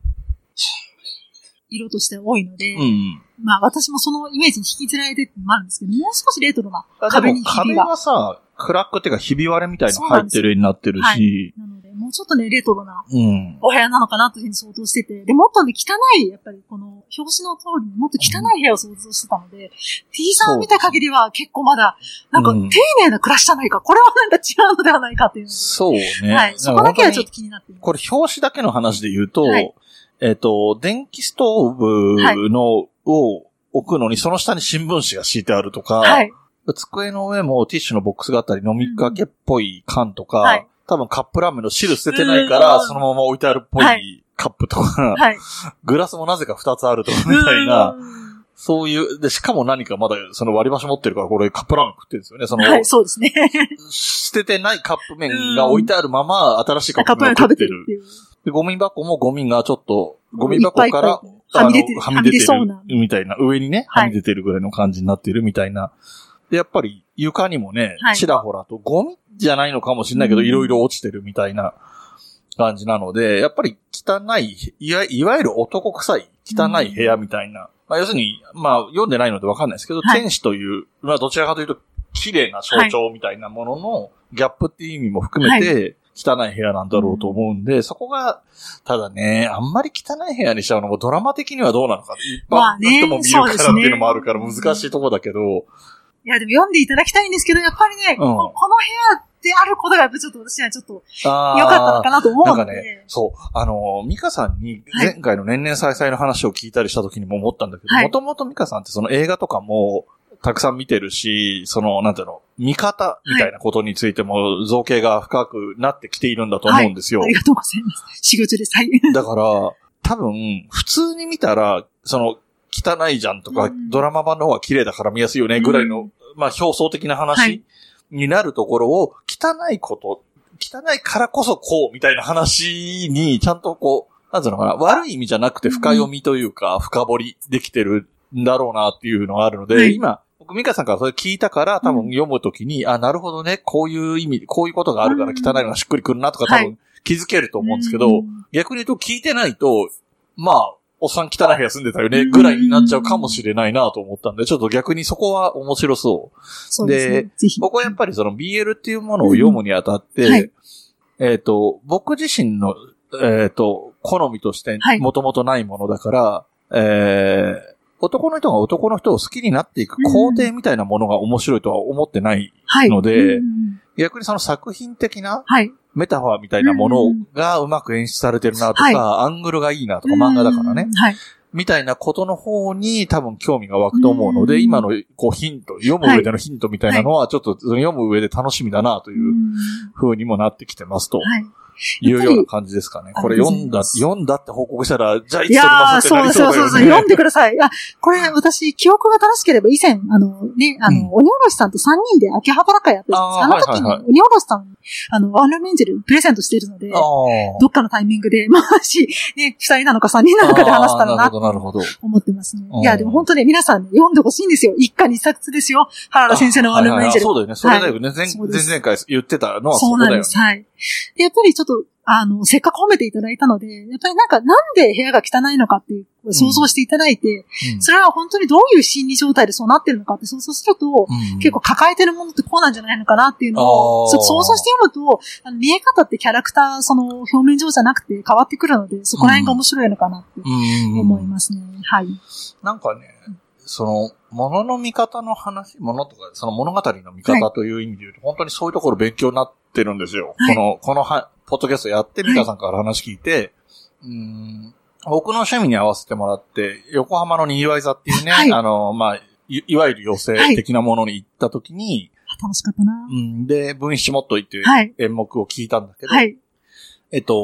色として多いので、うん、まあ私もそのイメージに引きずられてってのもあるんですけど、もう少しレトロな壁にひびが。 壁がさ、クラックっていうかひび割れみたいなの入ってる絵になってるし、はい、 なので、もうちょっとね、レトロなお部屋なのかなというふうに想像してて、で、もっとね、汚い、やっぱりこの表紙の通りにもっと汚い部屋を想像してたので、うん、T さんを見た限りは結構まだ、なんか丁寧な暮らしじゃないか、これはなんか違うのではないかっていうので。 そうね。 はい。そこだけはちょっと気になっています。 これ表紙だけの話で言うと、はい、えっと、電気ストーブの、はい、を置くのにその下に新聞紙が敷いてあるとか、はい、机の上もティッシュのボックスがあったり、飲みかけっぽい缶とか、うんはい、多分カップラーメンの汁捨ててないから、そのまま置いてあるっぽいカップとか、はい、グラスもなぜかふたつあるとかみたいな、そういう、で、しかも何かまだその割り箸持ってるから、これカップラーメン食ってるんですよね。その、 はい、そうですね。 捨ててないカップ麺が置いてあるまま、新しいカップ麺を食ってる。で、ゴミ箱もゴミがちょっと、ゴミ箱から、 はみ出てる。 はみ出てる。みたいな。上にね、はみ出てるぐらいの感じになってるみたいな。で、やっぱり床にもね、はい、ちらほらとゴミじゃないのかもしれないけど、いろいろ落ちてるみたいな感じなので、やっぱり汚い、いわ、いわゆる男臭い、汚い部屋みたいな。まあ、要するに、まあ、読んでないのでわかんないですけど、はい、天使という、まあ、どちらかというと、綺麗な象徴みたいなものの、ギャップっていう意味も含めて、はい汚い部屋なんだろうと思うんで、うん、そこが、ただね、あんまり汚い部屋にしちゃうのもドラマ的にはどうなのか。一般の人も見るからっていうのもあるから難しいとこだけど。まあね、 いや、でも読んでいただきたいんですけど、やっぱりね、うん、こ, この部屋であることがやっぱちょっと私はちょっと良かったのかなと思うので。なんかね、 そう、あの、ミカさんに前回の年々再々の話を聞いたりした時にも思ったんだけど、もともとミカさんってその映画とかも、たくさん見てるし、その、なんていうの、見方みたいなことについても造形が深くなってきているんだと思うんですよ。 はい、ありがとうございます。仕事です。はい。 だから、多分、普通に見たら、その、汚いじゃんとか、うん、ドラマ版の方が綺麗だから見やすいよね、ぐらいの、うん、まあ、表層的な話になるところを、汚いこと、汚いからこそこう、みたいな話に、ちゃんとこう、なんていうのかな、悪い意味じゃなくて深読みというか、深掘りできてるんだろうなっていうのがあるので、はい、今、僕、ミカさんからそれ聞いたから、多分読むときに、うん、あ、なるほどね、こういう意味、こういうことがあるから汚いのがしっくりくるなとか多分気づけると思うんですけど、はい、逆に言うと聞いてないと、まあ、おっさん汚い部屋住んでたよね、ぐらいになっちゃうかもしれないなと思ったんで、ちょっと逆にそこは面白そう。 そうですね。 で、僕はやっぱりその ビーエル っていうものを読むにあたって、うんはい、えっと、僕自身の、えっと、好みとしてもともとないものだから、はい、えー、男の人が男の人を好きになっていく工程みたいなものが面白いとは思ってないので、はいうん、逆にその作品的なメタファーみたいなものがうまく演出されてるなとか、はい、アングルがいいなとか漫画だからね、はい、みたいなことの方に多分興味が湧くと思うので、今のこうヒント、読む上でのヒントみたいなのはちょっと読む上で楽しみだなという風にもなってきてますと。はいいうような感じですかね。これ読んだ、読んだって報告したら、じゃあいつ撮りますってなりそうだよね。そうそうそう、 読んでください。あ、これ私、記憶が正しければ以前、あの、ね、あの、うん、鬼おろしさんとさんにんで秋葉原会やってるんです。あ, あの時に、鬼おろしさん、あの、ワンルームエンジェルプレゼントしているので、どっかのタイミングで、もし、ね、ふたりなのかさんにんなのかで話したらな、なるほど、なるほど。思ってますね。いや、でも本当ね、皆さん、ね、読んでほしいんですよ。一家二冊ですよ。原田先生のワンルームエンジェル。 そうだよね。それだよね。前、前々回言ってたのはそこだよね。そうなんです。はい。 で、やっぱりちょっと、あの、せっかく褒めていただいたので、やっぱりなんか、なんで部屋が汚いのかっていう想像していただいて、うん、それは本当にどういう心理状態でそうなってるのかって想像すると、うん、結構抱えてるものってこうなんじゃないのかなっていうのを、ちょっと想像して読むと、あの見え方ってキャラクター、その表面上じゃなくて変わってくるので、そこら辺が面白いのかなって思いますね。うん、はい。 なんかね、その、物の見方の話、物とか、その物語の見方という意味で言うと、はい、本当にそういうところ勉強になってるんですよ。はい、この、このは、ポッドキャストやって、ミカさんから話聞いて、はい、うーん僕の趣味に合わせてもらって、横浜のにぎわい座っていうね、はい、あの、まあい、いわゆる寄席的なものに行った時に、 はい、楽しかったな。 うん、で、分子もっといっていう演目を聞いたんだけど、はい、えっと、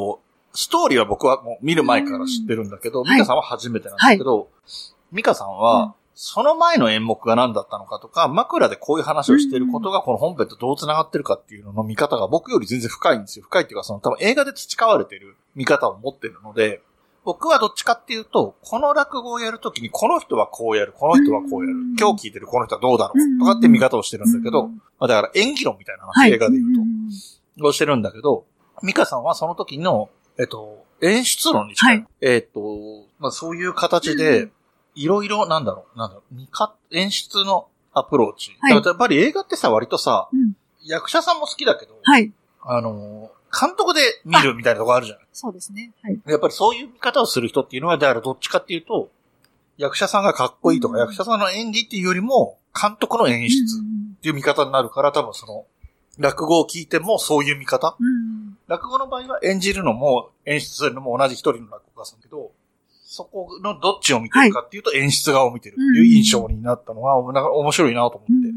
ストーリーは僕はもう見る前から知ってるんだけど、ミカさんは初めてなんだけど、ミカさんは、その前の演目が何だったのかとか、枕でこういう話をしていることがこの本編とどう繋がってるかっていうのの見方が僕より全然深いんですよ。深いっていうか、その多分映画で培われている見方を持ってるので、僕はどっちかっていうと、この落語をやるときにこの人はこうやる、この人はこうやる、今日聞いてるこの人はどうだろうとかって見方をしてるんだけど、まあ、だから演技論みたいな話、はい、映画で言うと、をしてるんだけど、ミカさんはその時の、えっと、演出論に近い。はい、えっと、まあそういう形で、いろいろ、なんだろう、なんだろう、見か、演出のアプローチ。はい、やっぱり映画ってさ、割とさ、うん、役者さんも好きだけど、はい、あの、監督で見るみたいなとこあるじゃない。 そうですね。はい。 やっぱりそういう見方をする人っていうのは、だからどっちかっていうと、役者さんがかっこいいとか、うん、役者さんの演技っていうよりも、監督の演出っていう見方になるから、多分その、落語を聞いてもそういう見方、うん、落語の場合は演じるのも演出するのも同じ一人の落語家さんだけど、そこのどっちを見てるかっていうと演出側を見てるっていう印象になったのは、うん、なんか面白いなと思って、うん。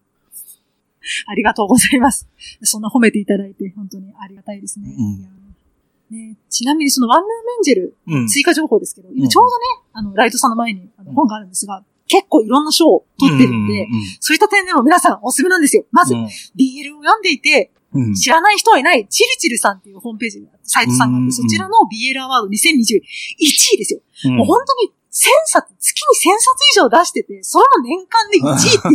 ありがとうございます。そんな褒めていただいて本当にありがたいですね。うん、ね、ちなみにそのワンダーメンジェル、うん、追加情報ですけど、今ちょうどね、あの、ライトさんの前にあの本があるんですが、結構いろんな賞を取ってるんで、うんうんうん、そういった点でも皆さんおすすめなんですよ。まず、うん、ビーエル を読んでいて、うん、知らない人はいない、チルチルさんっていうホームページ、サイトさんがあって、うんうん、そちらの ビーエル アワードにせんにじゅういちいですよ。うん、もう本当にせんさつ、月にせんさつ以上出してて、それも年間でいちいって、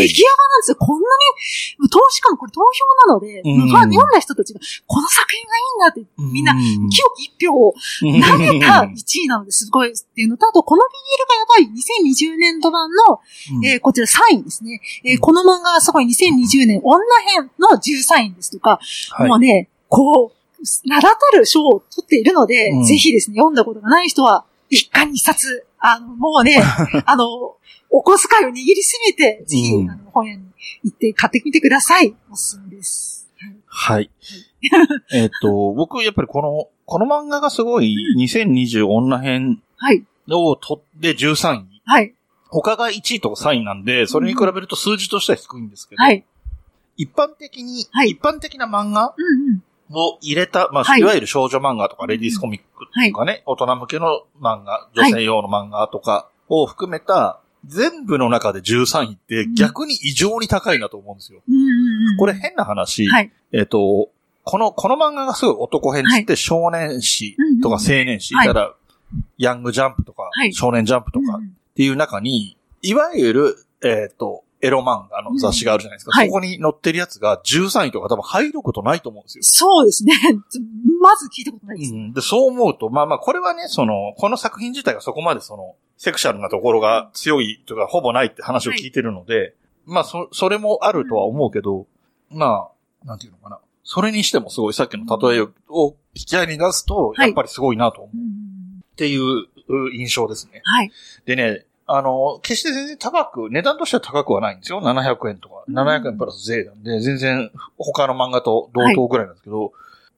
激ヤバなんですよ。こんなに、投しかもこれ投票なので、うん、読んだ人たちが、この作品がいいんだって、みんな、清き一票を投げたいちいなのですごいっていうのと、あと、この ビーエル がやばいにせんにじゅうねんど版の、うん、えー、こちらさんいですね。えー、この漫画がすごいにせんにじゅうねん女編のじゅうさんいですとか、はい、もうね、こう、名だたる賞を取っているので、うん、ぜひですね、読んだことがない人は、一巻二冊、あの、もうね、あの、お小遣いを握りしめて、ぜひ、うん、あの、本屋に行って買ってみてください。おすすめです。 はい。えっと、僕、やっぱりこの、この漫画がすごい、にせんにじゅう女編を取ってじゅうさんい。はい。他がいちいとかさんいなんで、それに比べると数字としては低いんですけど、はい。一般的に、はい、一般的な漫画、うんうんを入れた、まあ、はい、いわゆる少女漫画とか、レディースコミックとかね、はい、大人向けの漫画、女性用の漫画とかを含めた、全部の中でじゅうさんいって逆に異常に高いなと思うんですよ。うん、これ変な話、はい、えっと、この、この漫画がすごい男編つって少年誌とか青年誌、はい、だから、ヤングジャンプとか、はい、少年ジャンプとかっていう中に、いわゆる、えっと、エロ漫画の雑誌があるじゃないですか。うんはい、そこに載ってるやつがじゅうさんいとか多分入ることないと思うんですよ。 そうですね。まず聞いたことないです。 うん、で、そう思うと、まあまあ、これはね、その、この作品自体がそこまでその、セクシャルなところが強いとか、ほぼないって話を聞いてるので、はい、まあ、そ、それもあるとは思うけど、うん、まあ、なんていうのかな。それにしてもすごいさっきの例えを引き合いに出すと、やっぱりすごいなと思う。はい、っていう印象ですね。はい。でね、あの、決して全然高く、値段としては高くはないんですよ。ななひゃくえんとか。ななひゃくえんプラス税なんで、全然他の漫画と同等ぐらいなんですけど、はい、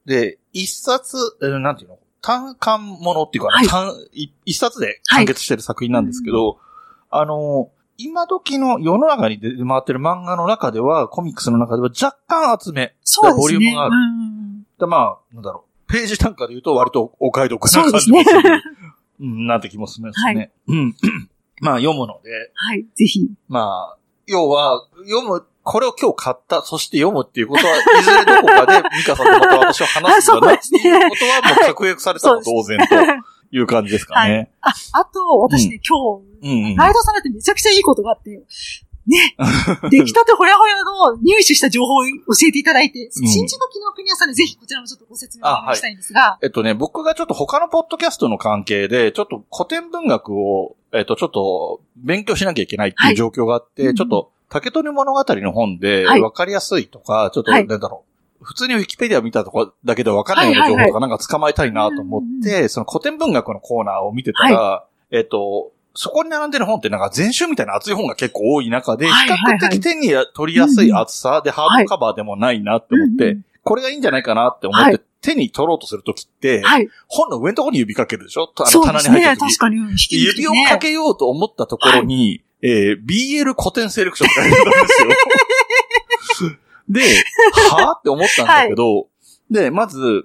で、一冊、なんていうの単巻ものっていうか、はい、単一冊で完結してる作品なんですけど、はい、あの、今時の世の中に出回ってる漫画の中では、コミックスの中では若干厚め。そうですね。ボリュームがある。で、まあ、なんだろう。ページ単価で言うと割とお買い得な感じもする。うね、うん、なんて気もするんですね。はい、うん。まあ読むので。 はい、ぜひ。 まあ、要は、読む、これを今日買った、そして読むっていうことは、いずれどこかで、ミカさんとまた私は話すんだなっていうことは、もう確約されたの同然という感じですかね。 はい、あ、あと、私ね、うん、今日、うんうん、ライドされてめちゃくちゃいいことがあって、ね、出来たてほやほやの入手した情報を教えていただいて、うん、新宿の紀ノ国屋さんでぜひこちらもちょっとご説明をお願いしたいんですが。 はい、えっとね、僕がちょっと他のポッドキャストの関係で、ちょっと古典文学を、えっと、ちょっと勉強しなきゃいけないっていう状況があって、はい、ちょっと竹取物語の本で分かりやすいとか、はい、ちょっと、なんだろう、普通にウィキペディア見たとかだけで分かんないような情報とかなんか捕まえたいなと思って、はいはいはい、その古典文学のコーナーを見てたら、はい、えっと、そこに並んでる本ってなんか全集みたいな厚い本が結構多い中で、比較的手に取りやすい厚さでハードカバーでもないなって思って、これがいいんじゃないかなって思って手に取ろうとするときって、本の上のところに指かけるでしょ？あの棚に入ってるとき。 確かに。 指をかけようと思ったところに、えー、ビーエル 古典セレクションって書いてあるんですよ。で、はぁって思ったんだけど、で、まず、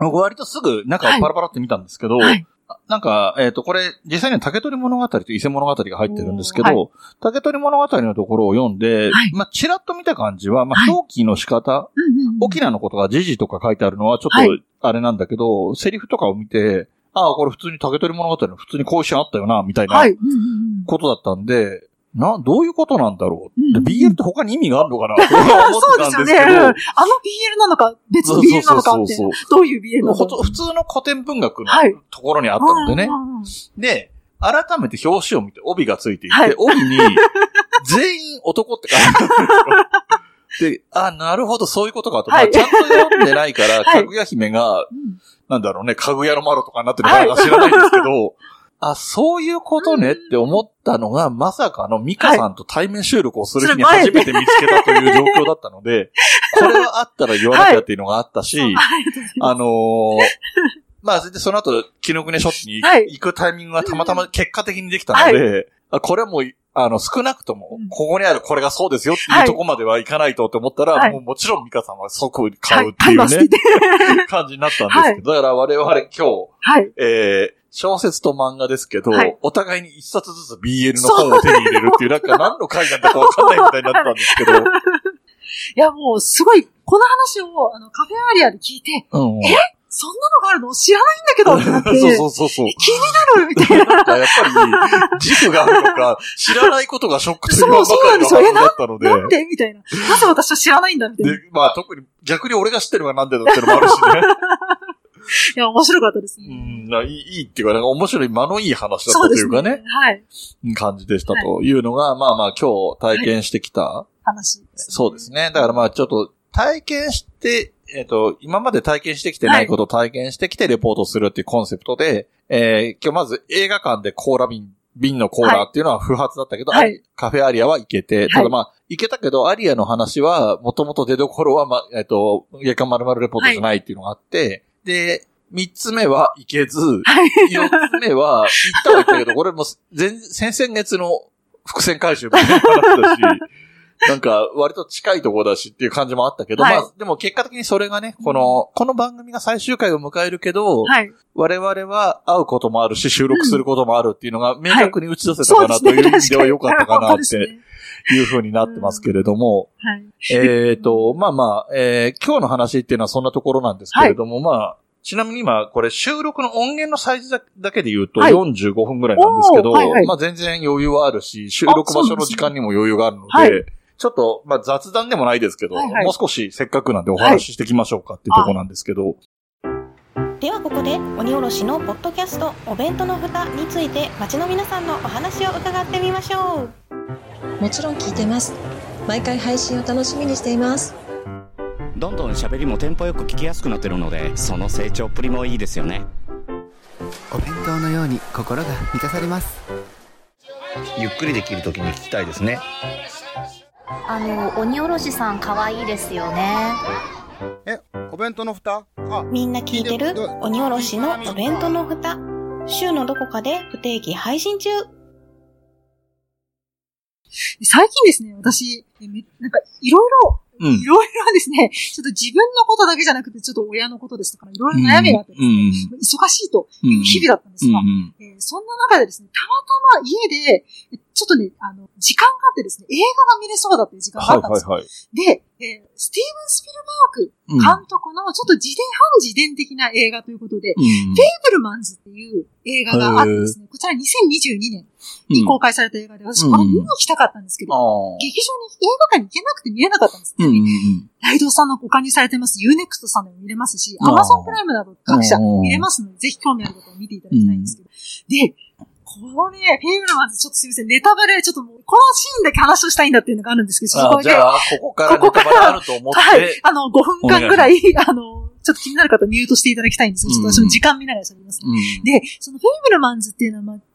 僕割とすぐ中をパラパラって見たんですけど、はいはい、なんか、えっと、これ、実際には竹取物語と伊勢物語が入ってるんですけど、はい、竹取物語のところを読んで、はい、まあ、ちらっと見た感じは、まあ、表記の仕方、はい、沖縄のことが時事とか書いてあるのはちょっと、あれなんだけど、はい、セリフとかを見て、ああ、これ普通に竹取物語の普通にこういうシーンあったよな、みたいな、ことだったんで、な、どういうことなんだろう、うん、ビーエル って他に意味があるのかなと思ってたんですけど。そうですよね。あの ビーエル なのか、別の ビーエル なのかって、どういう ビーエル なのか。 普通の古典文学のところにあったのでね。はい、で、改めて表紙を見て帯がついていて、はい、帯に全員男って書いてあるんですよ。で、あ、なるほど、そういうことかと。はい、まあ、ちゃんと読んでないから、かぐや姫が、はい、なんだろうね、かぐやのマロとかになってるか知らないんですけど、はいあ、そういうことねって思ったのが、まさかのミカさんと対面収録をする日に初めて見つけたという状況だったので、これはあったら言わなきゃっていうのがあったし、はい、あのー、まあ、それでその後、キノクネショットに行くタイミングがたまたま結果的にできたので、はい、これはもう、あの、少なくとも、ここにあるこれがそうですよっていうところまではいかないとって思ったら、はい、もうもちろんミカさんは即買うっていうね、はい、感じになったんですけど、だから我々今日、はい、えー、小説と漫画ですけど、はい、お互いに一冊ずつ ビーエル の本を手に入れるっていう、なんか何の回なんだかわかんないみたいになったんですけど。いや、もうすごい、この話をあのカフェアリアで聞いて、うんうん、えそんなのがあるの知らないんだけどってなって。 そうそうそうそう。 気になるみたいな。 なんかやっぱり、軸があるのか、知らないことがショックというばかりの話だったので。 そうそうなんですよ。え、な、なんでみたいな。なぜ私は知らないんだみたいな。 で、まあ特に逆に俺が知ってるのがなんでだってのもあるしね。 いや、面白かったですね。 うん、いい、いいっていうか、なんか面白い、間のいい話だったというかね。ねはい。感じでしたというのが、はい、まあまあ今日体験してきた、はい、 話です、 ね。そうですね。だからまあちょっと体験して、えっと、今まで体験してきてないことを体験してきてレポートするっていうコンセプトで、はい、えー、今日まず映画館でコーラ瓶、瓶のコーラっていうのは不発だったけど、はい、カフェアリアは行けて、はい、ただまあ、行けたけど、アリアの話は、もともと出所は、ま、えっと、月刊〇〇レポートじゃないっていうのがあって、はい、で、三つ目は行けず、はい、四つ目は行ったは行ったけど、これも前、先々月の伏線回収みたいな話だし、なんか割と近いところだしっていう感じもあったけど、はい、まあでも結果的にそれがね、この、この番組が最終回を迎えるけど、はい、我々は会うこともあるし収録することもあるっていうのが明確に打ち出せたかなという意味では良かったかなっていう風になってますけれども、はい、えっと、まあまあ、えー、今日の話っていうのはそんなところなんですけれども、はい、まあ、ちなみに今、これ収録の音源のサイズだけで言うとよんじゅうごふんぐらいなんですけど、はいはいはい、まあ全然余裕はあるし、収録場所の時間にも余裕があるので、はい、ちょっと、まあ雑談でもないですけど、はいはい、もう少しせっかくなんでお話ししていきましょうかっていうところなんですけど。はい、 ではここで鬼おろしのポッドキャストお弁当の蓋について街の皆さんのお話を伺ってみましょう。もちろん聞いてます。毎回配信を楽しみにしています。 どんどん喋りもテンポよく聞きやすくなってるので、その成長っぷりもいいですよね。 お弁当のように心が満たされます。 ゆっくりできるときに聞きたいですね。 あの鬼おろしさん可愛いですよね。 え、お弁当の蓋？あ、 みんな聞いてる鬼おろしのお弁当の蓋。週のどこかで不定期配信中。 最近ですね、私、なんかいろいろいろいろですね、ちょっと自分のことだけじゃなくて、ちょっと親のことですとか、いろいろ悩みがあってですね、うん、忙しいという日々だったんですが、うんうんえー、そんな中でですね、たまたま家で、ちょっとね、あの、時間があってですね、映画が見れそうだっていう時間があったんですよ。はいはいはい、で、えー、スティーブン・スピルバーグ監督のちょっと自伝、反自伝的な映画ということで、うん、フェイブルマンズっていう映画があってですね、こちらにせんにじゅうにねんに公開された映画で、私これ見に行きたかったんですけど、うん、劇場に映画館に行けなくて見れなかったんですね。うんうん、ライドさんのご加入されてます ユーネクスト さんでも見れますし、Amazon プライムなど各社見れますので、ぜひ興味ある方は見ていただきたいんですけど。で、このね、フェイブルマンズちょっとすみません、ネタバレ、ちょっともう、このシーンだけ話をしたいんだっていうのがあるんですけど、そこじゃあ、ここからネタバレあると思って。はい。 あの、ごふんかんぐらい、あの、ちょっと気になる方はミュートしていただきたいんですけど、ちょっと私も時間見ながら喋ります、ねうん。で、そのフェイブルマンズっていうのは、まあ、大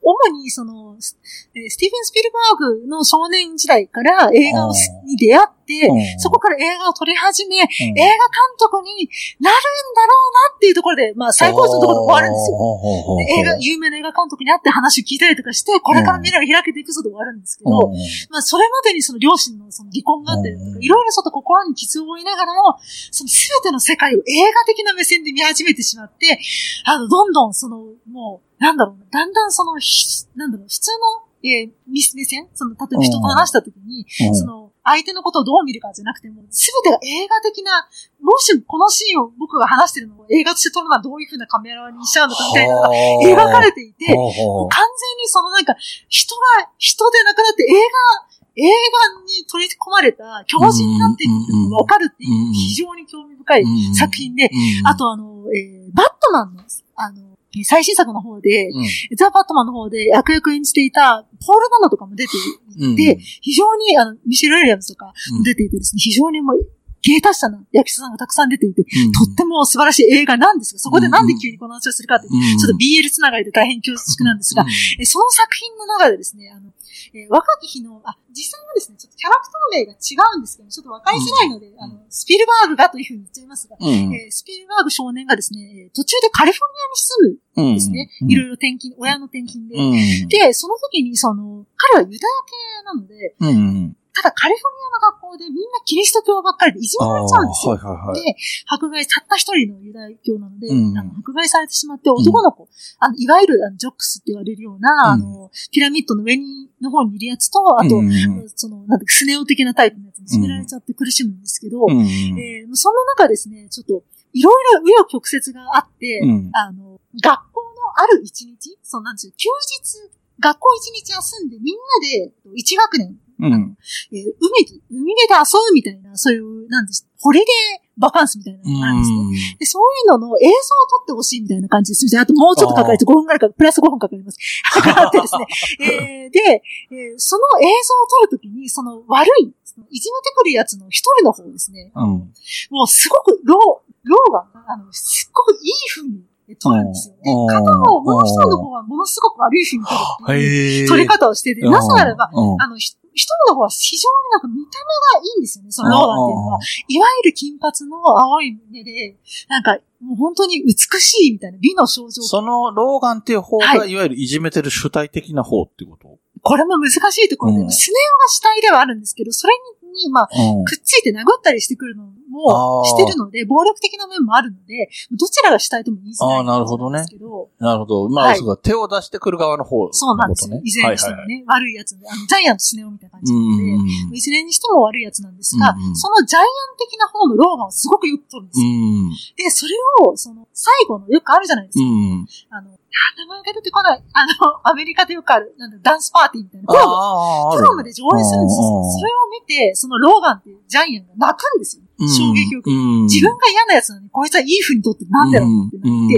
主にその、スティーブン・スピルバーグの少年時代から映画に出会って、そこから映画を撮り始め、映画監督になるんだろうなっていうところで、まあ最高のところで終わるんですよ。映画、有名な映画監督に会って話を聞いたりとかして、これから未来が開けていくぞと終わるんですけど、まあそれまでにその両親のその離婚があったりとか、いろいろちょっと心に傷を負いながらも、その全ての世界を映画的な目線で見始めてしまって、あの、どんどんその、もう、なんだろう、だんだんその、なんだろう、普通の、えー、目線その、例えば人と話したときに、その、相手のことをどう見るかじゃなくても、すべてが映画的な、もしこのシーンを僕が話してるのを映画として撮るのはどういう風なカメラにしちゃうのかみたいなのが描かれていて、もう完全にそのなんか、人が人でなくなって映画、映画に取り込まれた狂人になっているのがわかるっていう非常に興味深い作品で、あとあの、えー、バットマンの、あの、最新作の方で、うん、ザ・バットマンの方で悪役演じていたポール・ナナとかも出ていて、うん、非常にあのミシェル・ウィリアムズとかも出ていてですね、うん、非常にもう芸達者な役者さんがたくさん出ていて、うん、とっても素晴らしい映画なんですが、そこでなんで急にこの話をするかって、うん、ちょっと ビーエル つながりで大変恐縮なんですが、うん、えその作品の中でですね、あのえー、若き日の、あ、実際はですね、ちょっとキャラクター名が違うんですけど、ちょっと分かりづらいので、うん、あの、スピルバーグがというふうに言っちゃいますが、うん、えー、スピルバーグ少年がですね、途中でカリフォルニアに住むんですね。うん、いろいろ転勤、親の転勤で、うん。で、その時にその、彼はユダヤ系なので、うんただカリフォルニアの学校でみんなキリスト教ばっかりでいじめられちゃうんですよ。はいはいはい、で、迫害、たった一人のユダヤ教なので、うん、あの迫害されてしまって男の子、うん、あのいわゆるあのジョックスって言われるような、うん、あの、ピラミッドの上に、の方にいるやつと、あと、うん、その、なんて、スネ夫的なタイプのやつに締められちゃって苦しむんですけど、うん、えー、その中ですね、ちょっと、いろいろ紆余曲折があって、うん、あの、学校のある一日、そうなんですよ、休日、学校一日休んでみんなで一学年、うん。えー、海、海辺で遊ぶみたいな、そういう、なんです、ホリデーバカンスみたいなのがあるんですね。で、そういうのの映像を撮ってほしいみたいな感じです。じゃあ、あともうちょっとかかるとごふんぐらいか、プラスごふんかかります。かかってですね。えー、で、えー、その映像を撮るときに、その悪い、そのいじめてくるやつの一人の方ですね。うん。もうすごく、ロー、ローが、あの、すっごくいい風に、撮るんですよね。片方、もう一人の方はものすごく悪い風に撮るっていう撮り方をしてて、なぜならば、あの、一人の方は非常になんか見た目がいいんですよね、そのローガンっていうのは。いわゆる金髪の青い目で、なんか、もう本当に美しいみたいな美の象徴。 そのローガンっていう方が、はい、いわゆるいじめてる主体的な方ってこと？ これも難しいところで、うん、スネ夫が主体ではあるんですけど、それに、まあ、うん、くっついて殴ったりしてくるのもしてるので、暴力的な面もあるので、どちらが主体とも言いづらいんですけど。ああ、なるほどね。 なるほど。まあ、はい、そうか、手を出してくる側の方、ね。 そうなんですよ。いずれにしてもね、はいはいはい、悪いやつで、あの、ジャイアントスネ夫みたいな感じなので、うん、いずれにしても悪いやつなんですが、うん、そのジャイアン的な方のローガンをすごくよく撮るんですよ。うん、で、それを、その、最後のよくあるじゃないですか。うん、あの、名前が出てこない。あの、アメリカでよくある、なんだ、ダンスパーティーみたいな。プロム、プロムで上映するんですよ。それを見て、そのローガンっていうジャイアンが泣くんですよ。衝撃を受けて。自分が嫌なやつなのに、こいつはいい風に撮ってなんだろうってなって。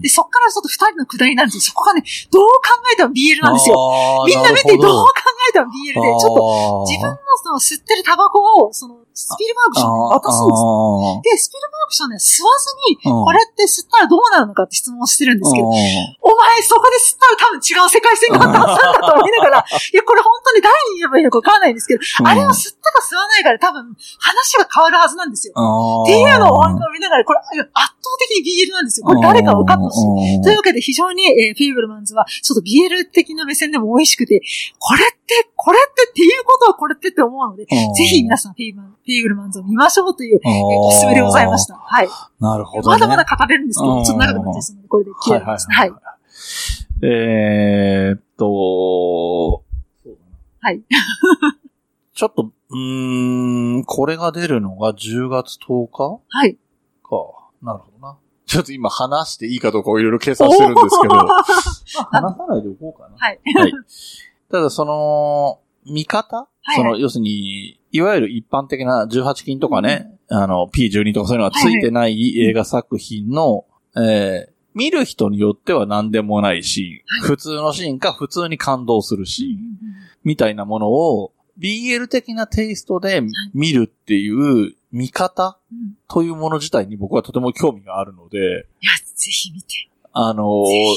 で、そっからちょっと二人の下りなんですよ。そこがね、どう考えても ビーエル なんですよ。みんな見てどう考えても ビーエル で、ちょっと自分のその吸ってるタバコを、その、スピルバーグ少年に渡すんですよ。で、スピルバーグ少年は吸わずに、これって吸ったらどうなるのかって質問をしてるんですけど、お前そこで吸ったら多分違う世界線があったはずなんだと思いながら、いや、これ本当に誰に言えばいいのかわからないんですけど、あれを吸ったか吸わないかで多分話が変わるはずなんですよ。っていうのを見ながら、これ圧倒的に ビーエル なんですよ。これ誰か分かってほしい。というわけで非常に、えー、フィーブルマンズはちょっと ビーエル 的な目線でも美味しくて、これって、これってっていうことはこれってって思うので、ぜひ皆さんフィーブルマンズ、フィーブルマンズを見ましょうという、えー、おすすめでございました。はい。 なるほど、ね。 まだまだ語れるんですけど、ちょっと長くなっちゃいますので、これで切れますね。はい。 えーっと、 はい。 ちょっと、うーん、これが出るのがじゅうがつとおかはい。 か。なるほどな。ちょっと今話していいかどうかをいろいろ計算してるんですけど、話さないでおこうかな。 はい。 はい。ただその、見方、はいはい、その、要するに、いわゆる一般的なじゅうはちきんとかね、うん、あの、ピーじゅうに とかそういうのがついてない映画作品の、はいはい、えー、見る人によっては何でもないし、はい、普通のシーンか普通に感動するし、うんうんうん、みたいなものを、ビーエル 的なテイストで見るっていう見方というもの自体に僕はとても興味があるので。 いや、ぜひ見て。 あの、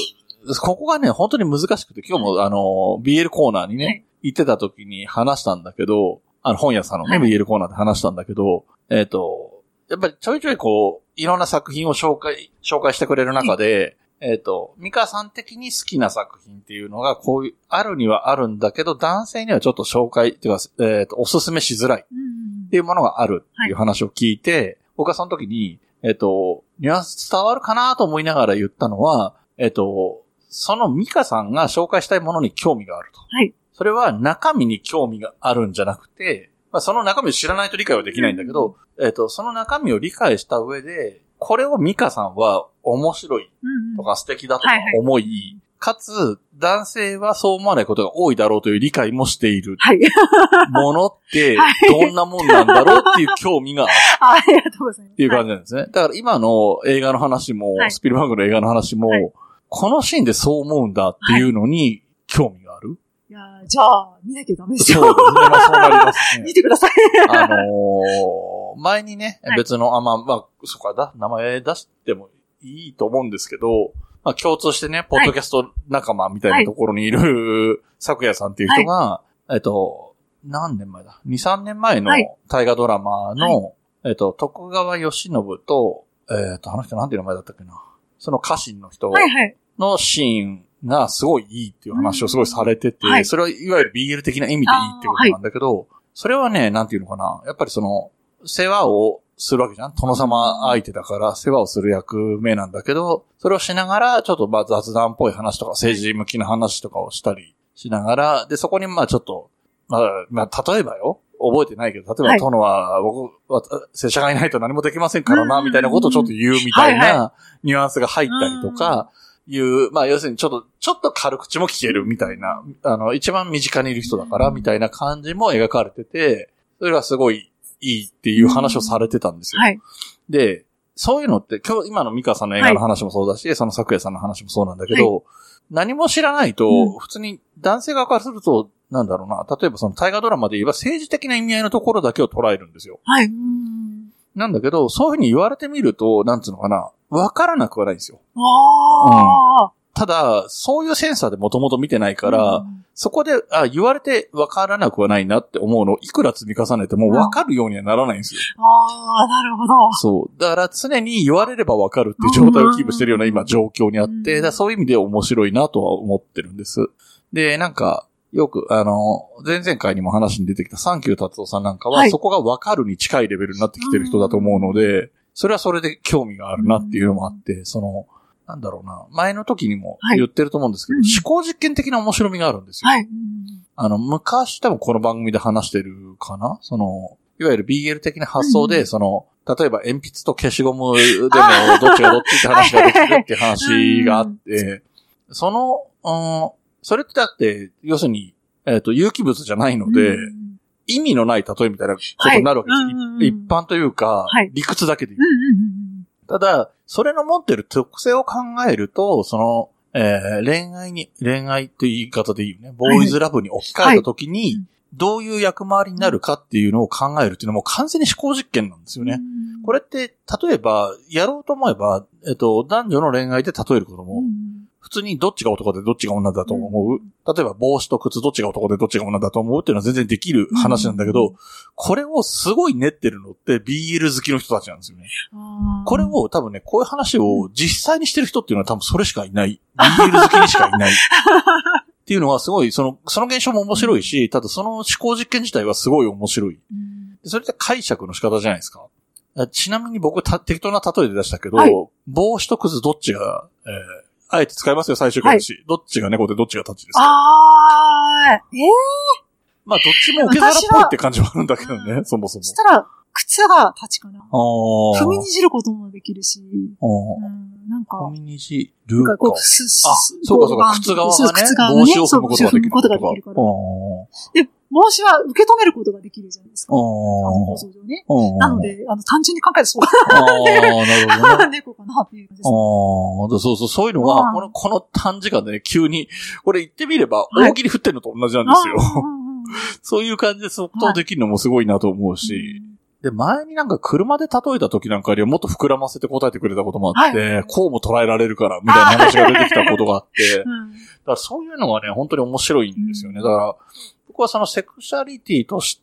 ここがね、本当に難しくて、今日もあの、ビーエル コーナーにね、はい、行ってた時に話したんだけど、あの、本屋さんのね、はい、ビーエル コーナーで話したんだけど、えっと、やっぱりちょいちょいこう、いろんな作品を紹介、紹介してくれる中で、はい、えっと、ミカさん的に好きな作品っていうのが、こういう、あるにはあるんだけど、男性にはちょっと紹介、っていうか、えっと、おすすめしづらいっていうものがあるっていう話を聞いて、はい、僕はその時に、えっと、ニュアンス伝わるかなと思いながら言ったのは、えっと、そのミカさんが紹介したいものに興味があると。はい。それは中身に興味があるんじゃなくて、まあ、その中身を知らないと理解はできないんだけど、うん、えっと、その中身を理解した上で、これをミカさんは面白いとか素敵だとか思い、うんうんはいはい、かつ男性はそう思わないことが多いだろうという理解もしている。はい。ものってどんなもんなんだろうっていう興味がある。 ありがとうございます。 っていう感じなんですね。はい、だから今の映画の話も、はい、スピルバーグの映画の話も、はい、このシーンでそう思うんだっていうのに興味がある。はいいやじゃあ、見なきゃダメですよ。 そうですね。まあそうなりますね。 見てください。 あのー、前にね、はい、別の、あ、まあ、まあ、そこはだ、名前出してもいいと思うんですけど、まあ共通してね、ポッドキャスト仲間みたいなところにいる、咲夜さんっていう人が、はい、えっと、何年前だ ?に、さんねんまえの大河ドラマの、はい、えっと、徳川慶喜と、えっと、あの人なんていう名前だったっけな。その家臣の人のシーン、がすごいいいっていう話をすごいされてて、うんはい、それはいわゆる ビーエル 的な意味でいいってことなんだけど、はい、それはね、なんていうのかな、やっぱりその、世話をするわけじゃん。殿様相手だから世話をする役目なんだけど、それをしながら、ちょっとまあ雑談っぽい話とか政治向きな話とかをしたりしながら、で、そこにまあちょっと、まあ、まあ、例えばよ、覚えてないけど、例えば殿は、僕は、拙者がいないと何もできませんからな、みたいなことをちょっと言うみたいなニュアンスが入ったりとか、いう、まあ要するにちょっと、ちょっと軽口も聞けるみたいな、あの、一番身近にいる人だからみたいな感じも描かれてて、それがすごいいいっていう話をされてたんですよ。はい。で、そういうのって、今日、今のミカさんの映画の話もそうだし、はい、その咲夜さんの話もそうなんだけど、はい、何も知らないと、うん、普通に男性側からすると、なんだろうな、例えばその大河ドラマで言えば政治的な意味合いのところだけを捉えるんですよ。はい。なんだけど、そういうふうに言われてみると、なんつうのかな、わからなくはないんですよ。ああ、うん。ただ、そういうセンサーでもともと見てないから、うん、そこで、あ、言われてわからなくはないなって思うのをいくら積み重ねてもわかるようにはならないんですよ。 ああ、なるほど。 そう。だから常に言われればわかるっていう状態をキープしてるような今状況にあって、うん、だからそういう意味で面白いなとは思ってるんです。で、なんか、よく、あの、前々回にも話に出てきたサンキュー達夫さんなんかは、はい、そこがわかるに近いレベルになってきてる人だと思うので、それはそれで興味があるなっていうのもあって、その、なんだろうな、前の時にも言ってると思うんですけど、はい、思考実験的な面白みがあるんですよ。はい、あの、昔多分この番組で話してるかな、その、いわゆる ビーエル 的な発想で、うん、その、例えば鉛筆と消しゴムでもどっちがどっちって話ができるって話があって、その、うんそれってだって、要するに、えっと、有機物じゃないので、うん、意味のない例えみたいなことになるわけです。はいうんうん、一般というか、はい、理屈だけで言う、うんうん。ただ、それの持ってる特性を考えると、その、えー、恋愛に、恋愛っていう言い方でいいよね。ボーイズラブに置き換えたときに、はいはい、どういう役回りになるかっていうのを考えるっていうのはもう完全に思考実験なんですよね。うん、これって、例えば、やろうと思えば、えっと、男女の恋愛で例えることも、うん普通にどっちが男でどっちが女だと思う、うん、例えば帽子と靴どっちが男でどっちが女だと思うっていうのは全然できる話なんだけど、うん、これをすごい練ってるのって ビーエル 好きの人たちなんですよね。これを多分ね、こういう話を実際にしてる人っていうのは多分それしかいない。ビーエル 好きにしかいない。っていうのはすごい、その、その現象も面白いし、ただその思考実験自体はすごい面白い。うん、それって解釈の仕方じゃないですか。ちなみに僕た適当な例えで出したけど、はい、帽子と靴どっちが、えーあえて使いますよ、最終回だし、はい。どっちが猫でどっちがタッチですか？ あー、ええー。 まあ、どっちも受け皿っぽいって感じはあるんだけどね、そもそも。 そしたら、靴がタッチかな。あ踏みにじることもできるし。あうん、なんか。 踏みにじるか。 なんかこうすすあ、そうかそうか、靴側がね、靴側がね帽子を踏むことができる。 ことができるから。で、帽子は受け止めることができるじゃないですか。あの放送上ね。なので、あの、単純に考えるとそうだな。ああ、なるほどね。猫かなっていう感じです、ね。ああ、そうそう、そういうのが、この、この短時間でね、急に、これ言ってみれば、大喜利振ってるのと同じなんですよ。はい、そういう感じで即答できるのもすごいなと思うし、 で、前になんか車で例えた時なんかよりはもっと膨らませて答えてくれたこともあって、はい、こうも捉えられるから、みたいな話が出てきたことがあって、うん、だからそういうのがね、本当に面白いんですよね。だから、僕はそのセクシャリティとして、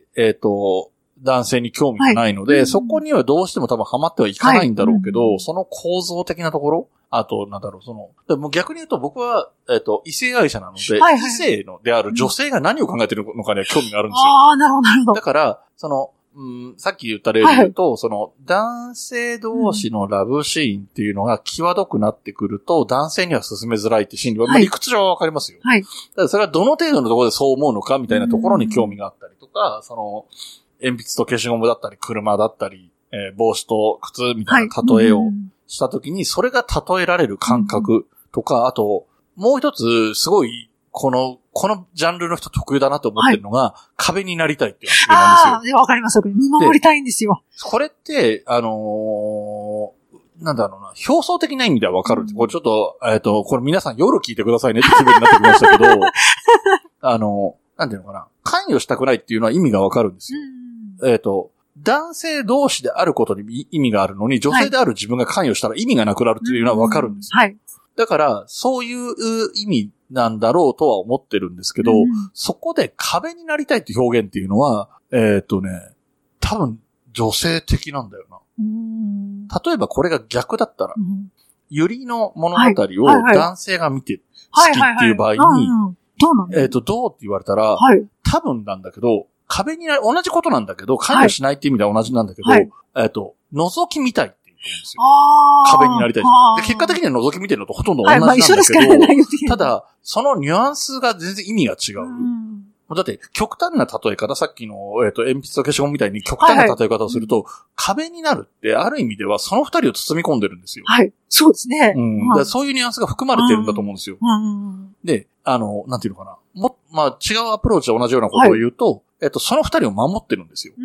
えっと、男性に興味がないので、はい、そこにはどうしても多分ハマってはいかないんだろうけど、はい、その構造的なところ、あと、なんだろう、その、でも逆に言うと僕は、えっと、異性愛者なので、はいはい、異性のである女性が何を考えてるのかには興味があるんですよ。 ああ、なるほど、なるほど。 だから、その、うん、さっき言った例で言うと、はいはい、その、男性同士のラブシーンっていうのが際どくなってくると、男性には進めづらいって心理は、はい、まあ理屈上はわかりますよ。はい。だからそれはどの程度のところでそう思うのかみたいなところに興味があったりとか、その、鉛筆と消しゴムだったり、車だったり、えー、帽子と靴みたいな例えをしたときに、それが例えられる感覚とか、あと、もう一つ、すごい、この、このジャンルの人特有だなと思ってるのが、はい、壁になりたいっていう話なんですよ。 ああ、でわかります。見守りたいんですよ。 これって、あのー、なんだろうな、表層的な意味ではわかるんです。うん、これちょっと、えっと、これ皆さん夜聞いてくださいねって気分になってきましたけど、あの、なんていうのかな、関与したくないっていうのは意味がわかるんですよ。うん、えっと、男性同士であることに意味があるのに、女性である自分が関与したら意味がなくなるっていうのはわかるんですよ。はい。だから、そういう意味なんだろうとは思ってるんですけど、うん、そこで壁になりたいって表現っていうのは、えっとね、多分女性的なんだよな。うん、例えばこれが逆だったら、うん、ユリの物語を男性が見て好きっていう場合に、えっと、どうって言われたら、はい、多分なんだけど、壁になる、同じことなんだけど、関与しないっていう意味では同じなんだけど、はい、えっと、覗き見たいって言うんですよ。壁になりたい。で、結果的には覗き見てるのとほとんど同じなんだけど、はいまあ、ただ、そのニュアンスが全然意味が違う。うんだって、極端な例え方、さっきの、えっと、鉛筆と消しゴムみたいに極端な例え方をすると、はいはい、壁になるって、ある意味ではその二人を包み込んでるんですよ。 はい。そうですね。 うん。だからそういうニュアンスが含まれてるんだと思うんですよ。うん、で、あの、なんていうのかな。も、まあ、違うアプローチで同じようなことを言うと、はい、えっと、その二人を守ってるんですよ。うん、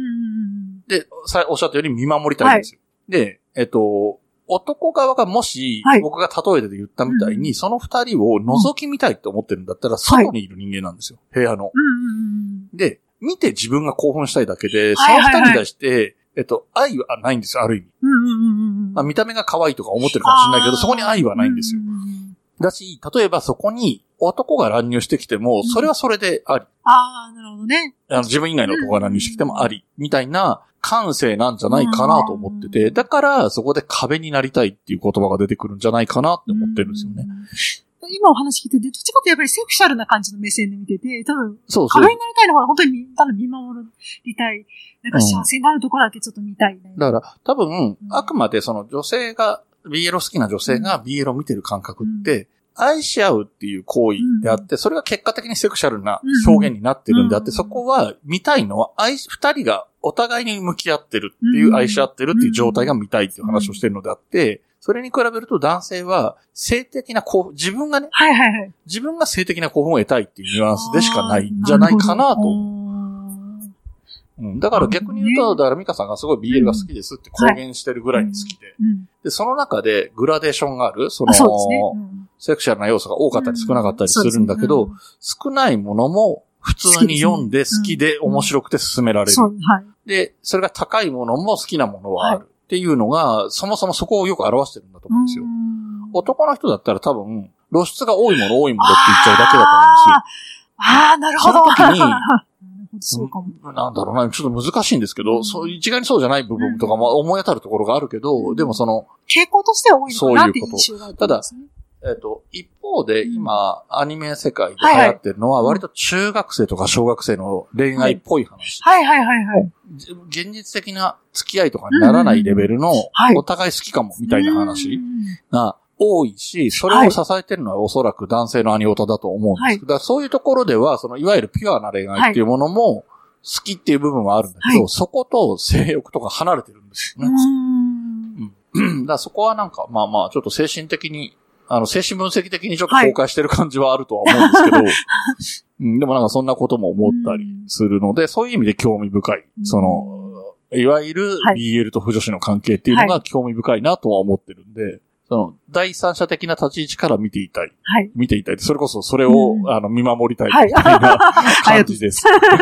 で、さ、おっしゃったように見守りたいんですよ。はい、で、えっと、男側がもし、僕が例えで言ったみたいに、はい、その二人を覗き見たいって思ってるんだったら、外にいる人間なんですよ。部屋の。で、見て自分が興奮したいだけで、その二人に対して、えっと、愛はないんですよ、ある意味。まあ、見た目が可愛いとか思ってるかもしれないけど、そこに愛はないんですよ。だし、例えばそこに男が乱入してきても、それはそれであり。 ああ、なるほどね。 あの自分以外の男が乱入してきてもあり、みたいな感性なんじゃないかなと思ってて、だからそこで壁になりたいっていう言葉が出てくるんじゃないかなって思ってるんですよね。 今お話聞いてて、どっちかというとやっぱりセクシャルな感じの目線で見てて、多分、そうそう壁になりたいのは本当にただ見守りたい。なんか幸せになるところだけちょっと見たい、ねうん。だから多分、うん、あくまでその女性が、ビーエル 好きな女性が ビーエル を見てる感覚って、うん愛し合うっていう行為であって、それが結果的にセクシャルな表現になってるんであって、そこは見たいのは愛、二人がお互いに向き合ってるっていう、愛し合ってるっていう状態が見たいっていう話をしてるのであって、それに比べると男性は性的な興奮、自分がね、はいはいはい、自分が性的な興奮を得たいっていうニュアンスでしかないんじゃないかなと思う。うん、だから逆に言うと、だからミカさんがすごい ビーエル が好きですって公言してるぐらいに好きで、うんうん、で、その中でグラデーションがある、その、そうですねうん、セクシャルな要素が多かったり少なかったりするんだけど、うんねうん、少ないものも普通に読んで好きで面白くて進められる。うんはい、で、それが高いものも好きなものはある、はい、っていうのが、そもそもそこをよく表してるんだと思うんですよ。男の人だったら多分、露出が多いもの多いものって言っちゃうだけだと思うんですよ。 ああ、なるほど。 その時に、そうかも。なんだろうな、ちょっと難しいんですけど、うん、そう一概にそうじゃない部分とかも思い当たるところがあるけど、うん、でもその、 傾向としては多いのかなっていう印象がある、ね。 ただ、えっと、一方で今、うん、アニメ世界で流行ってるのは、割と中学生とか小学生の恋愛っぽい話。 はいはいはいはい。 現実的な付き合いとかにならないレベルの、お互い好きかもみたいな話が、多いし、それを支えてるのはおそらく男性のアニオタだと思うんですけど、はい、そういうところでは、そのいわゆるピュアな恋愛っていうものも好きっていう部分はあるんだけど、はい、そこと性欲とか離れてるんですよね。うん、だからそこはなんか、まあまあ、ちょっと精神的に、あの、精神分析的にちょっと崩壊してる感じはあるとは思うんですけど、はいうん、でもなんかそんなことも思ったりするので、そういう意味で興味深い。その、いわゆる ビーエル と腐女子の関係っていうのが興味深いなとは思ってるんで、その、第三者的な立ち位置から見ていたい。はい。見ていたい。それこそそれを、うん、あの、見守りたいみたいな感じです。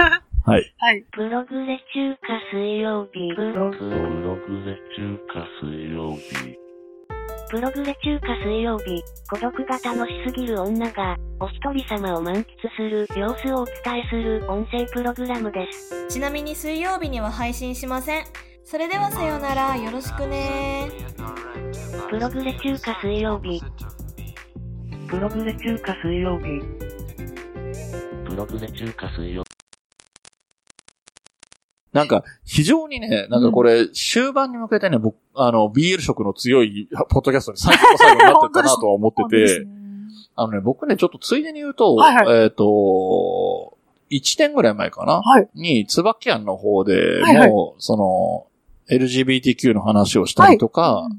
はい。 はい。 プログレ中華水曜日。プログレ中華水曜日。プログレ中華水曜日。孤独が楽しすぎる女が、お一人様を満喫する様子をお伝えする音声プログラムです。 ちなみに水曜日には配信しません。それではさようなら、よろしくね。 プログレ中華水曜日。プログレ中華水曜日。プログレ中華水曜日。 なんか、非常にね、なんかこれ、終盤に向けてね、僕、あの、ビーエル 色の強い、ポッドキャストに最後の最後になってたなとは思ってて、あのね、僕ね、ちょっとついでに言うと、はいはい、えっ、ー、と、いちねんぐらい前かな、はい、に、椿庵の方でも、はいはい、その、エルジービーティーキュー の話をしたりとか、はい、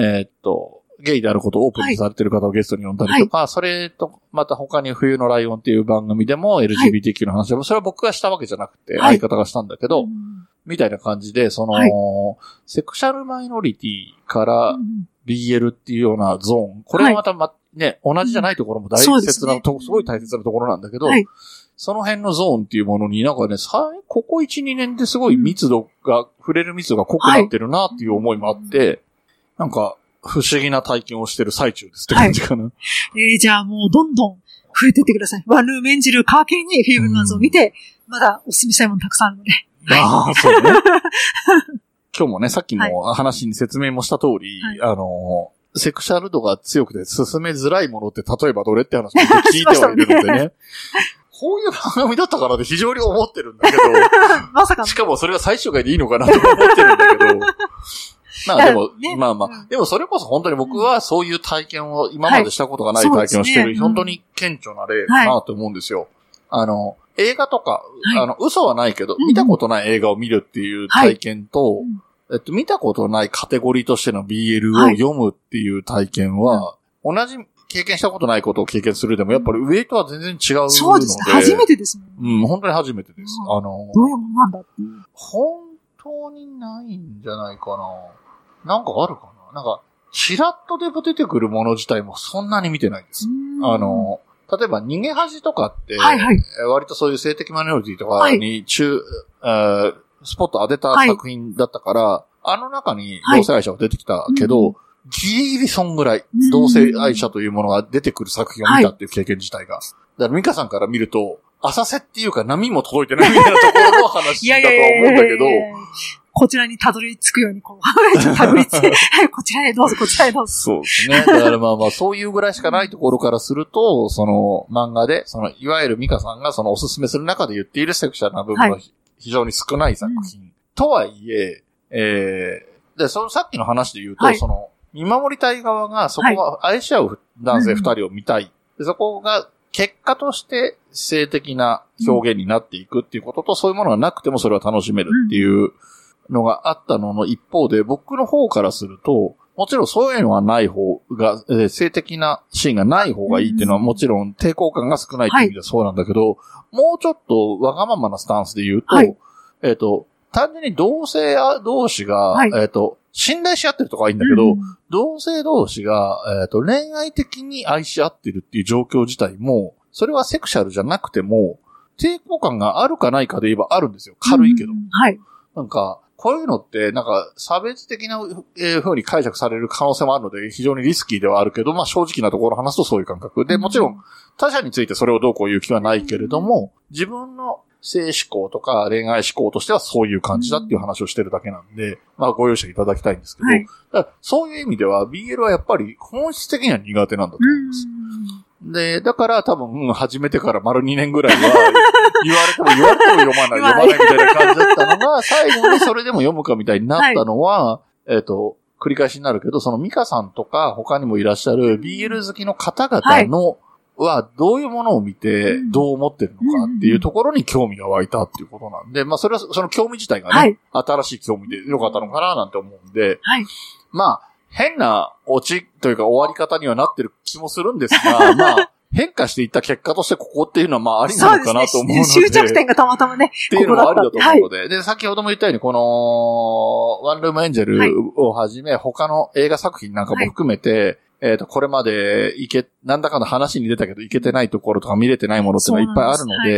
えっ、ー、と、ゲイであることをオープンにされてる方をゲストに呼んだりとか、はい、それと、また他に冬のライオンっていう番組でも エルジービーティーキュー の話でも、それは僕がしたわけじゃなくて、相方がしたんだけど、はい、みたいな感じで、その、はい、セクシャルマイノリティから ビーエル っていうようなゾーン、これはまたま、ね、同じじゃないところも大切な、うん、すごい大切なところなんだけど、はい、その辺のゾーンっていうものになんかね、ここいち、にねんですごい密度が、触れる密度が濃くなってるなっていう思いもあって、はい、なんか、不思議な体験をしてる最中ですって感じかな。はい、 えー、じゃあもうどんどん触れてってください。ワンルーム演じるカーケンにフィーブルマンズを見て、うん、まだお勧めしたいものたくさんあるので。 ああ、そうね。今日もね、さっきの話に説明もした通り、はい、あの、セクシャル度が強くて進めづらいものって例えばどれって話も聞いてはいるのでね。ねこういう番組だったからで非常に思ってるんだけど、 まさかしかもそれが最終回でいいのかなと思ってるんだけど、まあでも、ね、まあまあ、うん、でもそれこそ本当に僕はそういう体験を今までしたことがない体験をしてる、はいね、本当に顕著な例かなと思うんですよ。はい、あの、映画とか、はい、あの、嘘はないけど、見たことない映画を見るっていう体験と、はいえっと、見たことないカテゴリーとしての ビーエル を読むっていう体験は、はい、同じ経験したことないことを経験するでも、やっぱりウェイトは全然違うので。 そうですね。初めてですね。 うん、本当に初めてです。うん、あの、 どういうものなんだっていう。 本当にないんじゃないかな。なんかあるかななんか、チラッとでも出てくるもの自体もそんなに見てないんです。あの、例えば逃げ恥とかって、はいはい、割とそういう性的マイノリティとかに中、はい、スポット当てた作品だったから、はい、あの中に同性愛者が出てきたけど、はい、ギリギリそんぐらい同性愛者というものが出てくる作品を見たっていう経験自体が。はい、だからミカさんから見ると、浅瀬っていうか波も届いてないみたいなところの話だとは思うんだけど、 こちらにたどり着くように、こう、たどり着いて、はい、こちらへどうぞ、こちらへどうぞ。 そうですね。だからまあまあ、そういうぐらいしかないところからすると、その漫画で、その、いわゆるミカさんがそのおすすめする中で言っているセクシャルな部分が非常に少ない作品。はい、とはいえ、えー、で、そのさっきの話で言うと、はい、その、見守りたい側が、そこは愛し合う男性二人を見たい。でそこが、結果として性的な表現になっていくっていうことと、うん、そういうものがなくてもそれは楽しめるっていうのがあったのの一方で、僕の方からすると、もちろんそういうのはない方が、えー、性的なシーンがない方がいいっていうのはもちろん抵抗感が少ないっていう意味ではそうなんだけど、はい、もうちょっとわがままなスタンスで言うと、はい、えっと、単純に同性同士が、はい、えっと、信頼し合ってるとかはいいんだけど、うん、同性同士が、えっと、恋愛的に愛し合ってるっていう状況自体も、それはセクシャルじゃなくても、抵抗感があるかないかで言えばあるんですよ。軽いけど。うん、 はい。 なんか、こういうのって、なんか、差別的な風に解釈される可能性もあるので、非常にリスキーではあるけど、まあ正直なところを話すとそういう感覚。で、もちろん、他者についてそれをどうこう言う気はないけれども、自分の性思考とか恋愛思考としてはそういう感じだっていう話をしてるだけなんで、まあご容赦いただきたいんですけど、はい、だからそういう意味では ビーエル はやっぱり本質的には苦手なんだと思います。で、だから多分始めてから丸にねんぐらいは言われても言われても読まない、読まないみたいな感じだったのが、最後にそれでも読むかみたいになったのは、はい、えっと、繰り返しになるけど、そのミカさんとか他にもいらっしゃる ビーエル 好きの方々の、はいはどういうものを見てどう思ってるのかっていうところに興味が湧いたっていうことなんで、まあそれはその興味自体がね、はい、新しい興味で良かったのかななんて思うんで、はい、まあ変なオチというか終わり方にはなってる気もするんですが、まあ変化していった結果としてここっていうのはまあありなのかなと思うので、 そうですね、終着点がたまたまね、 っていうのもありだと思うので、はい、で先ほども言ったようにこのワンルームエンジェルをはじめ他の映画作品なんかも含めて、はいえっと、これまでいけ、なんだかの話に出たけどいけてないところとか見れてないものってのはいっぱいあるので、はい、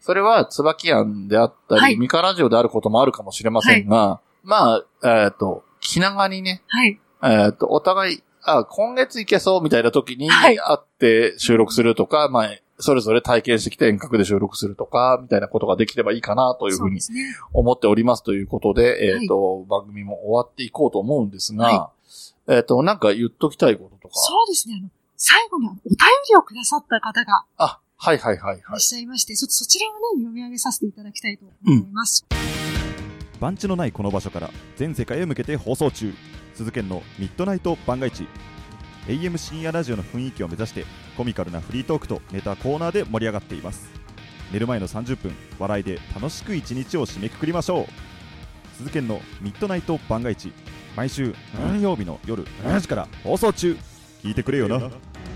それは椿庵であったり、はい、ミカラジオであることもあるかもしれませんが、はい、まあ、えっ、ー、と、気長にね、はい、えっ、ー、と、お互い、あ、今月行けそうみたいな時に会って収録するとか、はい、まあ、それぞれ体験してきて遠隔で収録するとか、みたいなことができればいいかなというふうに思っておりますということで、でね、えっ、ー、と、はい、番組も終わっていこうと思うんですが、はい、えっ、ー、と、なんか言っときたいこととか。 そうですね。あの、最後にお便りをくださった方が。 あ、はいはいはいはい。いらっしゃいまして、ちょっとそちらをね、読み上げさせていただきたいと思います。 うん、番地のないこの場所から全世界へ向けて放送中。鈴研のミッドナイト番外地。エーエム 深夜ラジオの雰囲気を目指してコミカルなフリートークとネタコーナーで盛り上がっています。寝る前のさんじゅっぷん笑いで楽しく一日を締めくくりましょう。鈴研のミッドナイト番外地、毎週何曜日の夜しちじから放送中。聞いてくれよな。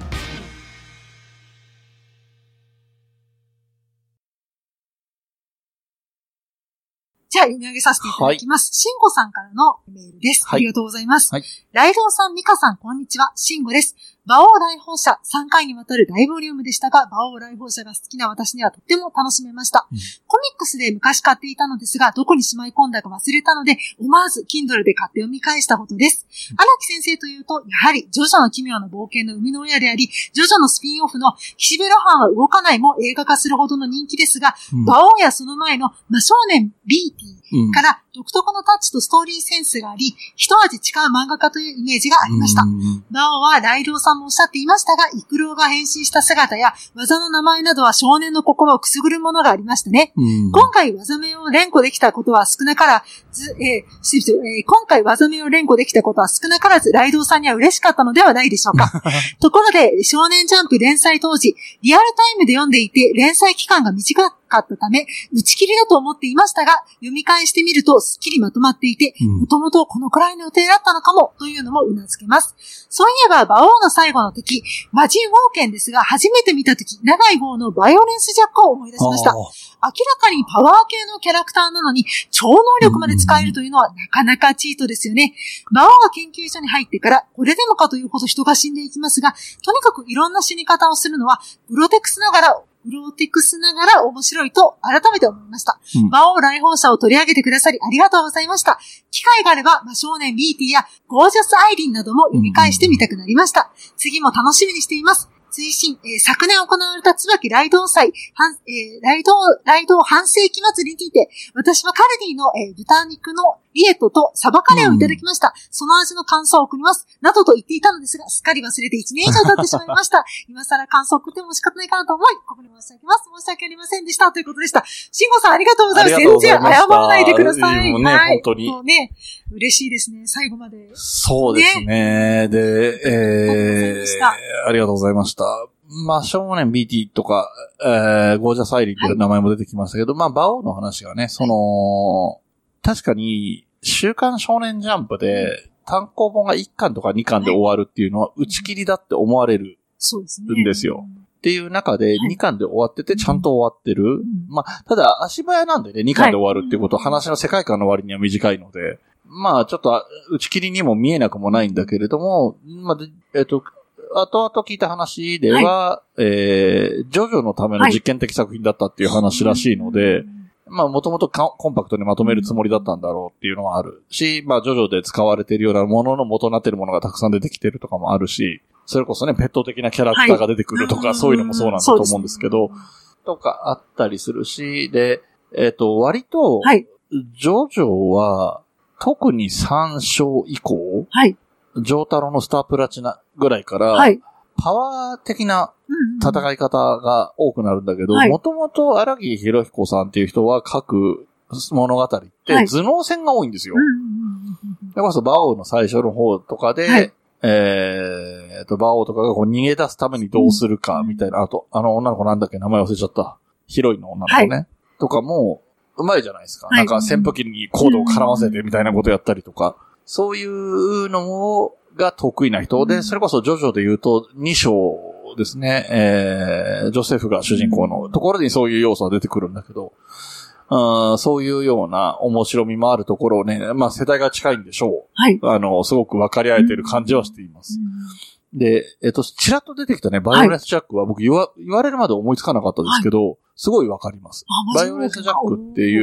じゃあ読み上げさせていただきます。しんごさんからのメールです。はい、ありがとうございます。はい、ライドウさん、ミカさん、こんにちは。しんごです。馬王来訪者さんかいにわたる大ボリュームでしたが、馬王来訪者が好きな私にはとっても楽しめました。うん、コミックスで昔買っていたのですが、どこにしまい込んだか忘れたので、思わず Kindle で買って読み返したことです。荒、うん、木先生というと、やはりジョジョの奇妙な冒険の生みの親であり、ジョジョのスピンオフの岸辺露伴は動かないも映画化するほどの人気ですが、うん、馬王やその前の魔少年ビーティーから独特のタッチとストーリーセンスがあり、一味違う漫画家というイメージがありました。馬王はライドウさんもおっしゃっていましたが、イクロウが変身した姿や技の名前などは少年の心をくすぐるものがありましたね。今回技名を連呼できたことは少なからず、えーえー、今回技名を連呼できたことは少なからずライドウさんには嬉しかったのではないでしょうか。ところで、少年ジャンプ連載当時、リアルタイムで読んでいて連載期間が短かったため、打ち切りだと思っていましたが、読み返してみるとすっきりまとまっていて、もともとこのくらいの予定だったのかもというのもうなずけます。そういえば、馬王の最後の敵、魔人冒険ですが、初めて見たとき、長い棒のバイオレンスジャックを思い出しました。明らかにパワー系のキャラクターなのに、超能力まで使えるというのはなかなかチートですよね。馬王が研究所に入ってから、これでもかというほど人が死んでいきますが、とにかくいろんな死に方をするのは、グロテクスながら、グロテクスながら面白いと改めて思いました。うん、馬王来訪者を取り上げてくださりありがとうございました。機会があれば、魔少年ビーティーやゴージャスアイリンなども読み返してみたくなりました。うん、次も楽しみにしています。追伸、えー、昨年行われた椿ライドウ祭、はんえー、ライドウ、ライドウ半世紀祭りにて、私はカルディの、えー、豚肉のリエットとサバカレーをいただきました。うん、その味の感想を送ります。などと言っていたのですが、すっかり忘れていちねん以上経ってしまいました。今更感想を送っても仕方ないかなと思い、ここに申し上げます。申し訳ありませんでした。ということでした。慎吾さんありがとうございます。全然謝らないでください。 もうね、はい、本当に。 もうね、嬉しいですね。最後まで。 そうですね。ねで、えー、ありがとうございました。まあ、少年 ビーティー とか、えー、ゴージャスアイリンっていう名前も出てきましたけど、はい、まあ、馬王の話がね、その、確かに、週刊少年ジャンプで、単行本がいっかんとかにかんで終わるっていうのは、打ち切りだって思われるんですよ。っていう中で、にかんで終わってて、ちゃんと終わってる。まあ、ただ、足早なんでね、にかんで終わるっていうこと、話の世界観の割には短いので、まあ、ちょっと、打ち切りにも見えなくもないんだけれども、まあ、えっと、後々聞いた話では、はい、えー、ジョジョのための実験的作品だったっていう話らしいので、はい、まあ、もともとコンパクトにまとめるつもりだったんだろうっていうのはあるし、まあ、ジョジョで使われているようなものの元になっているものがたくさん出てきてるとかもあるし、それこそね、ペット的なキャラクターが出てくるとか、はい、そういうのもそうなんだと思うんですけど、とかあったりするし、で、えっと、割と、はい、ジョジョは、特にさん章以降、はい、ジョータロのスタープラチナぐらいから、はい、パワー的な戦い方が多くなるんだけど、もともと荒木博彦さんっていう人は書く物語って頭脳戦が多いんですよ。だから馬王の最初の方とかで、はい、えーと、馬王とかがこう逃げ出すためにどうするかみたいな、あと、あの女の子なんだっけ、名前忘れちゃった。ヒロインの女の子ね。はい、とかも、うまいじゃないですか。はい、なんか扇風機にコードを絡ませてみたいなことやったりとか、そういうのを、が得意な人で、それこそジョジョで言うとに章ですね、えー、ジョセフが主人公のところにそういう要素が出てくるんだけど、うん、そういうような面白みもあるところをね、まあ世代が近いんでしょう。はい。あの、すごく分かり合えている感じはしています。で、えっと、ちらっと出てきたね、バイオレンスジャックは僕言わ、言われるまで思いつかなかったですけど、はい、 すごいわかります。バイオレンスジャックっていう、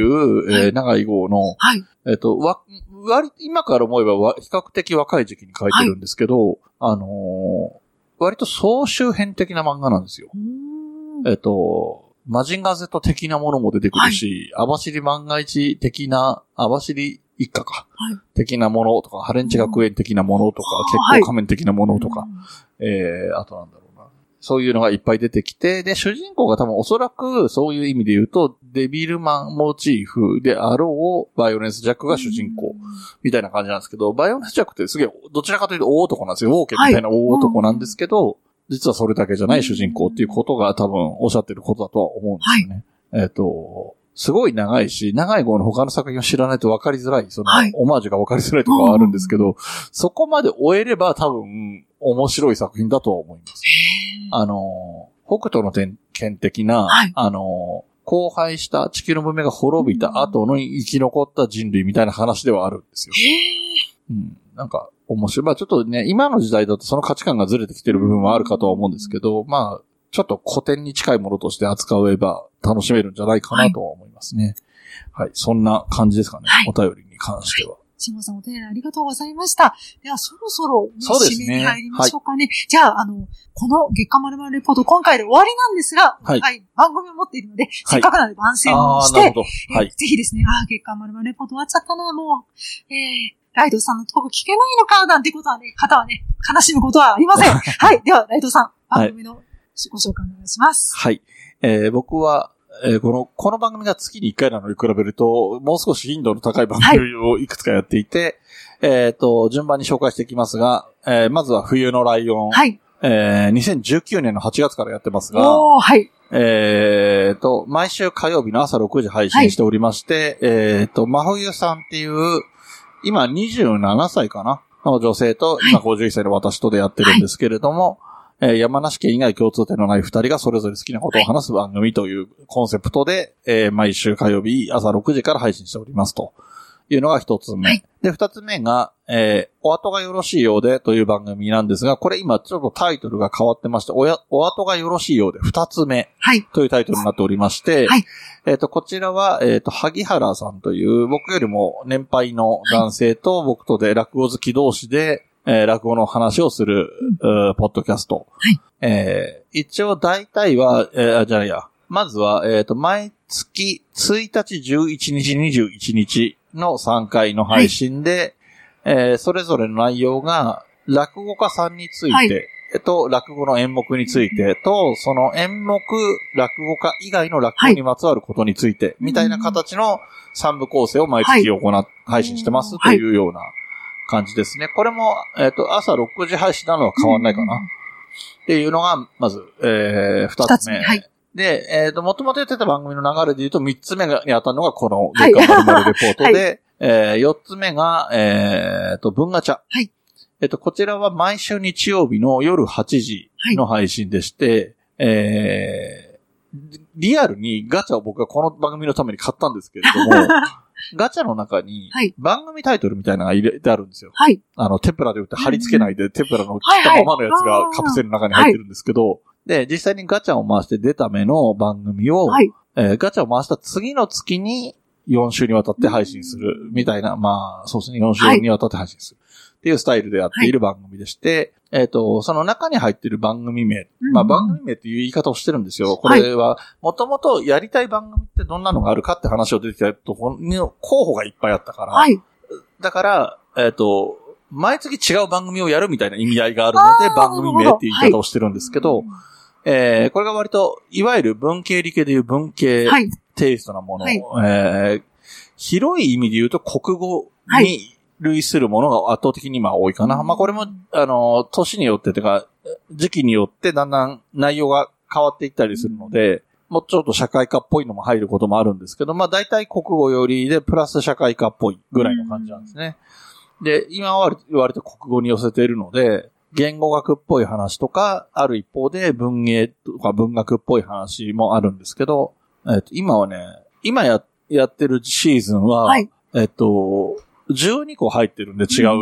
えー、長い号の、はい、えっと、わ、割、今から思えばわ比較的若い時期に書いてるんですけど、はい、あのー、割と総集編的な漫画なんですよ。えっと、マジンガー Z 的なものも出てくるし、はい、網走万が一的な、網走一家か、はい、的なものとか、ハレンチ学園的なものとか、結構仮面的なものとか、はい、えー、あとなんだろうな。そういうのがいっぱい出てきて、で、主人公が多分おそらくそういう意味で言うと、デビルマンモチーフであろう、バイオレンスジャックが主人公、みたいな感じなんですけど、バイオレンスジャックってすげえ、どちらかというと大男なんですよ。ウォーケンみたいな大男なんですけど、はい、実はそれだけじゃない主人公っていうことが多分おっしゃってることだとは思うんですよね。はい、えっと、すごい長いし、長い号の他の作品を知らないと分かりづらい、その、はい、オマージュが分かりづらいとかはあるんですけど、そこまで終えれば多分面白い作品だとは思います。あの、北斗の拳的な、はい、あの、荒廃した地球の文明が滅びた後の生き残った人類みたいな話ではあるんですよ。うん、なんか面白い。まあちょっとね、今の時代だとその価値観がずれてきてる部分はあるかとは思うんですけど、まあ、ちょっと古典に近いものとして扱えば楽しめるんじゃないかなとは思いますね。はい。はい、そんな感じですかね。はい、お便りに関しては。はい、 しもさんお手洗いありがとうございました。ではそろそろ、ね、締めに入りましょうかね。はい、じゃあ、あの、この月刊まるまるレポート今回で終わりなんですが、はい、はい、番組を持っているので、はい、せっかくなので番宣をして、はい、えー、ぜひですね、ああ、月刊まるまるレポート終わっちゃったな、もう、えー、ライドさんのトーク聞けないのか、なんてことはね、方はね、悲しむことはありません。はい。では、ライドさん、番組のご紹介お願いします。 はい。えー、僕は、えー、この、この番組が月にいっかいなのに比べると、もう少し頻度の高い番組をいくつかやっていて、はい、えっと、順番に紹介していきますが、えー、まずは冬のライオン。はい。えー、にせんじゅうきゅうねんのはちがつからやってますが、 おー、はい。 えっと、毎週火曜日の朝ろくじ配信しておりまして、はい、えっと、真冬さんっていう、今にじゅうななさいかなの女性と、今ごじゅういっさいの私とでやってるんですけれども、はい、えー、山梨県以外共通点のない二人がそれぞれ好きなことを話す番組というコンセプトで、えー、毎週火曜日朝ろくじから配信しておりますというのが一つ目。はい、で、二つ目が、えー、お後がよろしいようでという番組なんですが、これ今ちょっとタイトルが変わってまして、おや、お後がよろしいようで二つ目というタイトルになっておりまして、はい、えっと、こちらは、えっと、萩原さんという僕よりも年配の男性と僕とで落語好き同士で、えー、落語の話をする、うん、ポッドキャスト。はい、えー、一応大体は、えー、じゃあいや、まずは、えっと、毎月ついたち、じゅういちにち、にじゅういちにちのさんかいの配信で、はい、えー、それぞれの内容が、落語家さんについて、はい、えっと、落語の演目についてと、その演目、落語家以外の落語にまつわることについて、はい、みたいな形の三部構成を毎月行っ、はい、配信してますというような感じですね。これも、えっと、朝ろくじ配信なのは変わんないかな。っていうのが、まず、えー、二つ目。はい、で、えっと、もともとやってた番組の流れで言うと、三つ目に当たるのがこの月刊まるまるレポートで、はい、えー、四つ目が、えっと、文ガチャ。はい。えっと、こちらは毎週日曜日の夜はちじの配信でして、はい、えー、リアルにガチャを僕はこの番組のために買ったんですけれども、ガチャの中に番組タイトルみたいなのが入れてあるんですよ。はい。あの、テプラで売って貼り付けないで、テプラの切ったままのやつがカプセルの中に入ってるんですけど、はい、で、実際にガチャを回して出た目の番組を、はい、えー、ガチャを回した次の月によんしゅうにわたって配信するみたいな、まあ、そうですね、よんしゅうにわたって配信する。っていうスタイルでやっている番組でして、はい、えっと、その中に入っている番組名、うん、まあ番組名っていう言い方をしてるんですよ。これは、もともとやりたい番組ってどんなのがあるかって話を出てきたところに候補がいっぱいあったから、はい、だから、えっと、毎月違う番組をやるみたいな意味合いがあるので、番組名っていう言い方をしてるんですけど、はい、えー、これが割と、いわゆる文系理系でいう文系テイストなもの、はい、えー、広い意味で言うと国語に、はい、類するものが圧倒的に今多いかな。まあこれも、あの、年によってというか、時期によってだんだん内容が変わっていったりするので、もうちょっと社会科っぽいのも入ることもあるんですけど、まあ大体国語よりでプラス社会科っぽいぐらいの感じなんですね。で、今は割と国語に寄せているので、言語学っぽい話とか、ある一方で文芸とか文学っぽい話もあるんですけど、えっと、今はね、今や、やってるシーズンは、はい、えっと、じゅうにこ入ってるんで違う、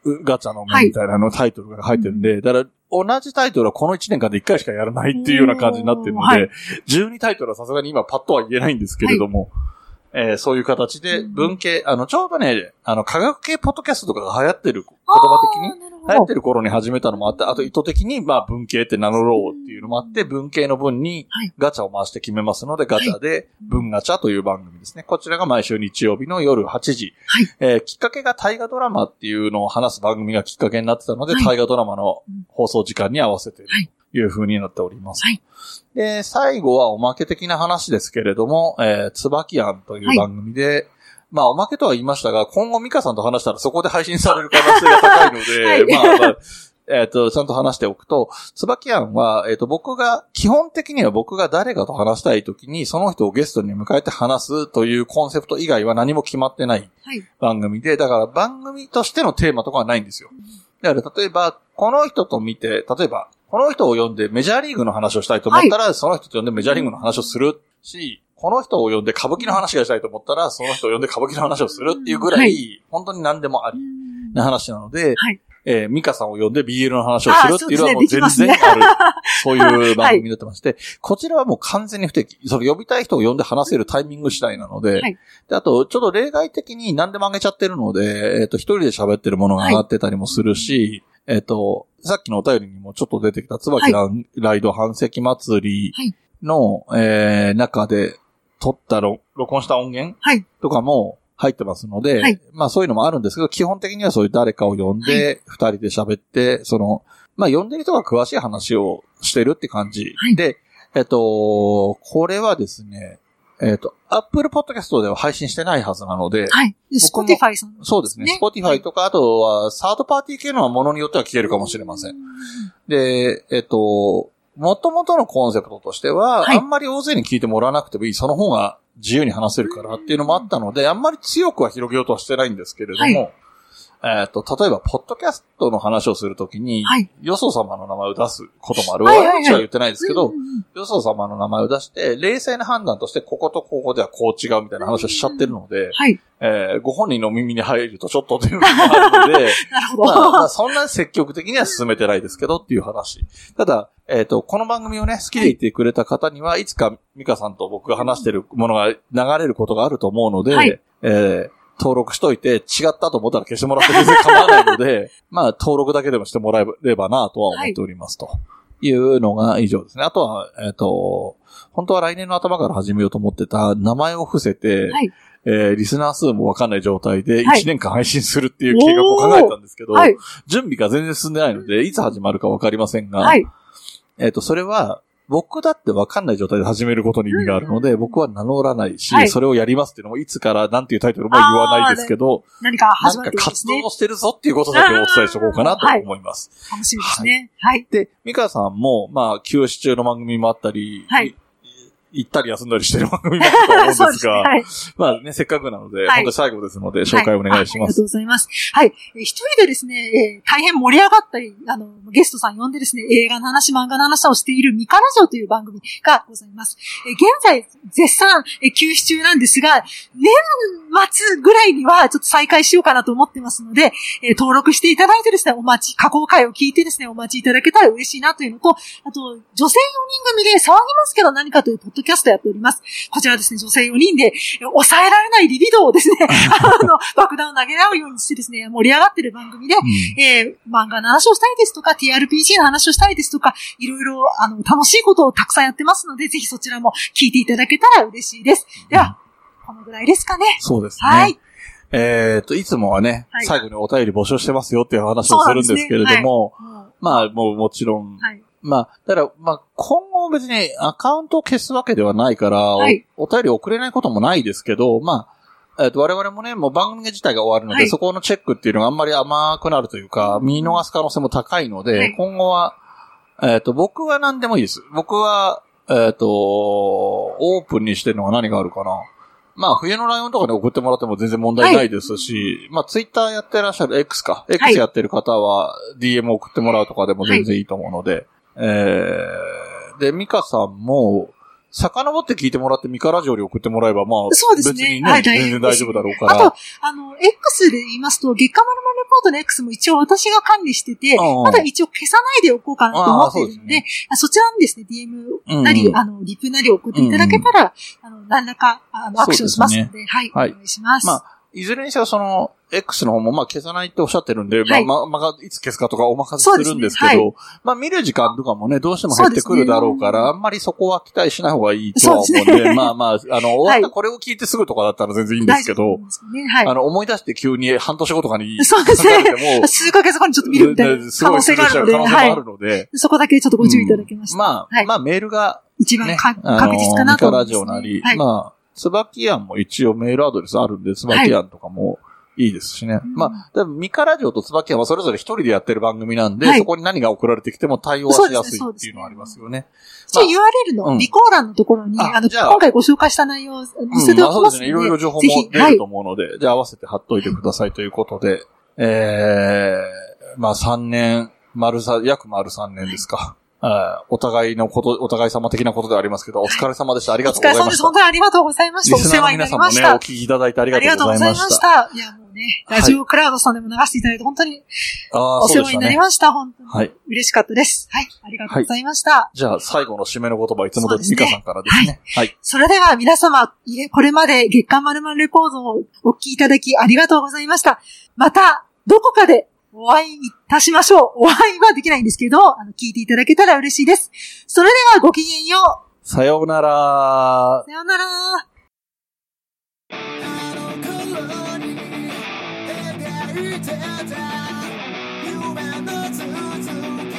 ガチャの目みたいなのタイトルが入ってるんで、はい、だから同じタイトルはこのいちねんかんでいっかいしかやらないっていうような感じになってるので、はい、じゅうにタイトルはさすがに今パッとは言えないんですけれども、はい、えー、そういう形で文系、あの、ちょうどね、あの、科学系ポッドキャストとかが流行ってる、言葉的に流行ってる頃に始めたのもあって、あと意図的に、まあ文系って名乗ろうっていうのもあって、文系の文にガチャを回して決めますので、ガチャで文ガチャという番組ですね。こちらが毎週日曜日の夜はちじ。はい、えー、きっかけが大河ドラマっていうのを話す番組がきっかけになってたので、はい、大河ドラマの放送時間に合わせているという風になっております。はい、で、最後はおまけ的な話ですけれども、えー、椿庵という番組で、はい、まあ、おまけとは言いましたが、今後ミカさんと話したらそこで配信される可能性が高いので、はい、まあ、まあ、えっと、ちゃんと話しておくと、椿庵は、えっと、僕が、基本的には僕が誰かと話したいときに、その人をゲストに迎えて話すというコンセプト以外は何も決まってない番組で、だから番組としてのテーマとかはないんですよ。だから、例えば、この人と見て、例えば、この人を呼んでメジャーリーグの話をしたいと思ったら、はい、その人と呼んでメジャーリーグの話をするし、この人を呼んで歌舞伎の話がしたいと思ったら、その人を呼んで歌舞伎の話をするっていうぐらい、はい、本当に何でもありな話なので、はい、えー、ミカさんを呼んで ビーエル の話をするっていうのはもう全然ある。そういう番組になってまして、はい、こちらはもう完全に不適。それ呼びたい人を呼んで話せるタイミング次第なので、はい、で、あと、ちょっと例外的に何でも上げちゃってるので、えっと、一人で喋ってるものが上がってたりもするし、はい、えっと、さっきのお便りにもちょっと出てきた椿ライド半世紀祭りの、はい、えー、中で撮った録音した音源とかも入ってますので、はい、まあそういうのもあるんですけど、基本的にはそういう誰かを呼んで、二人で喋って、その、まあ呼んでる人が詳しい話をしてるって感じ、はい、で、えっと、これはですね、えっと、Apple Podcast では配信してないはずなので。 はい。Spotify さん、ね。 そうですね。Spotify とか、あとは、サードパーティー系のはものによっては聞けるかもしれません。で、えっと、元々のコンセプトとしては、はい、あんまり大勢に聞いてもらわなくてもいい、その方が自由に話せるからっていうのもあったので、あんまり強くは広げようとはしてないんですけれども、はい、えっと、例えば、ポッドキャストの話をするときに、はい、よそ様の名前を出すこともある。悪口は言ってないですけど、よそ様の名前を出して、冷静な判断として、こことここではこう違うみたいな話をしちゃってるので、はい、えー、ご本人の耳に入るとちょっとというのがあるので、 なるほど。 まあ、まあ、そんな積極的には進めてないですけどっていう話。ただ、えっと、この番組をね、好きでいてくれた方には、いつかミカさんと僕が話してるものが流れることがあると思うので、はい、えー登録しといて、違ったと思ったら消してもらって全然構わないので、まあ、登録だけでもしてもらえればなとは思っておりますと。いうのが以上ですね。あとは、えっと、本当は来年の頭から始めようと思ってた名前を伏せて、はい、えー、リスナー数もわかんない状態でいちねんかん配信するっていう計画を考えたんですけど、はい、準備が全然進んでないので、いつ始まるかわかりませんが、はい、えっと、それは、僕だって分かんない状態で始めることに意味があるので、うん、僕は名乗らないし、はい、それをやりますっていうのもいつから何ていうタイトルも言わないですけど、 何か始まってるんですね。 何か活動をしてるぞっていうことだけお伝えしておこうかなと思います。 はい、楽しみですね。はい。 で、ミカさんも、まあ、休止中の番組もあったり、はい。行ったり休んだりしてる番組もあると思うんですが、はい、まあね、せっかくなので、はい、本当に最後ですので、紹介お願いします。はい、ありがとうございます。はい。一人でですね、えー、大変盛り上がったり、あの、ゲストさん呼んでですね、映画の話、漫画の話をしているミカラジオという番組がございます。えー、現在、絶賛、えー、休止中なんですが、年末ぐらいにはちょっと再開しようかなと思ってますので、えー、登録していただいてですね、お待ち、加工回を聞いてですね、お待ちいただけたら嬉しいなというのと、あと、女性よにん組で騒ぎますけど何かというポッドキャストやっております。こちらですね、女性よにんで抑えられないリビドーをですね、あの、爆弾を投げ合うようにしてですね、盛り上がってる番組で、うん、えー、漫画の話をしたいですとか、ティーアールピージー の話をしたいですとか、いろいろ、あの、楽しいことをたくさんやってますので、ぜひそちらも聞いていただけたら嬉しいです。では、このぐらいですかね。 そうですね。はい。えっと、いつもはね、はい、最後にお便り募集してますよっていう話をするんですけれども、ねはい、まあ、もうもちろん、はい、まあ、だから、まあ、今後別にアカウントを消すわけではないから、はい、お, お便り送れないこともないですけど、まあ、えっと、我々もね、もう番組自体が終わるので、はい、そこのチェックっていうのがあんまり甘くなるというか、見逃す可能性も高いので、はい、今後は、えっと、僕は何でもいいです。僕は、えっと、オープンにしてるのは何があるかな。まあ、冬のライオンとかで送ってもらっても全然問題ないですし、はい、まあ、ツイッターやってらっしゃる X か。X やってる方は ディーエム 送ってもらうとかでも全然いいと思うので、はい、えー、で、ミカさんも、 遡って聞いてもらってミカラジオに送ってもらえば、まあ、 そうですね。 別にね、 はい、 全然大丈夫だろうから。 あと、あの、X で言いますと、月刊まるまるレポートの X も一応私が管理してて、まだ一応消さないでおこうかなと思っているので、そ, そちらにですね、ディーエム なり、うんうん、あの、リプなり送っていただけたら、うんうん、あの、何らか、あの、アクションしますので、でね、はい、はい、お願いします。まあいずれにせよその、X の方もまあ消さないっておっしゃってるんで、はい、まあ、まあ、いつ消すかとかお任せするんですけど、ねはい、まあ見る時間とかもね、どうしても減ってくるだろうから、ね、あんまりそこは期待しない方がいいとは思うんで、でね、まあまあ、あの、終わったこれを聞いてすぐとかだったら全然いいんですけど、ねはい、あの、思い出して急に半年後とかに、 そうですね。数ヶ月後にちょっと見るみたいな可能性があるので、 可能性もあるので、はい、 そこだけちょっとご注意いただきました。 うん、まあ、はい、まあメールが、ね、 一番確実かなと思います、ね。ミカラジオなり、はい、まあ、つばきやんも一応メールアドレスあるんで、つばきやんとかも、はいいいですしね。うん、まあ、多分ミカラジオとつばきやんはそれぞれ一人でやってる番組なんで、はい、そこに何が送られてきても対応はしやすいっていうのはありますよね。 じゃあ ユーアールエル の備考欄のところに、うん、あの、今回ご紹介した内容を載せておきますので、うんまあ、そうですね。 いろいろ情報も出ると思うので、はい、じゃあ合わせて貼っといてくださいということで、えー、まあさんねん、丸さ、約丸さんねんですか。お互いのこと、お互い様的なことではありますけど、お疲れ様でした。ありがとうございました。お疲れ様です。 本当にありがとうございました。お世話になりました。 リスナーの皆さんもね、お聞きいただいてありがとうございました。ありがとうございました。 いや、もうね、ラジオクラウドさんでも流していただいて、本当にお世話になりました。本当に。はい。嬉しかったです。はい。ありがとうございました。はい、 じゃあ、最後の締めの言葉、いつも通りミカさんからですね。はい。はい、 それでは皆様、これまで月刊まるまるレポートをお聞きいただきありがとうございました。また、どこかで、お会いいたしましょう。お会いはできないんですけど、あの、聞いていただけたら嬉しいです。それではごきげんよう。 さようなら。 さようなら。夢の続く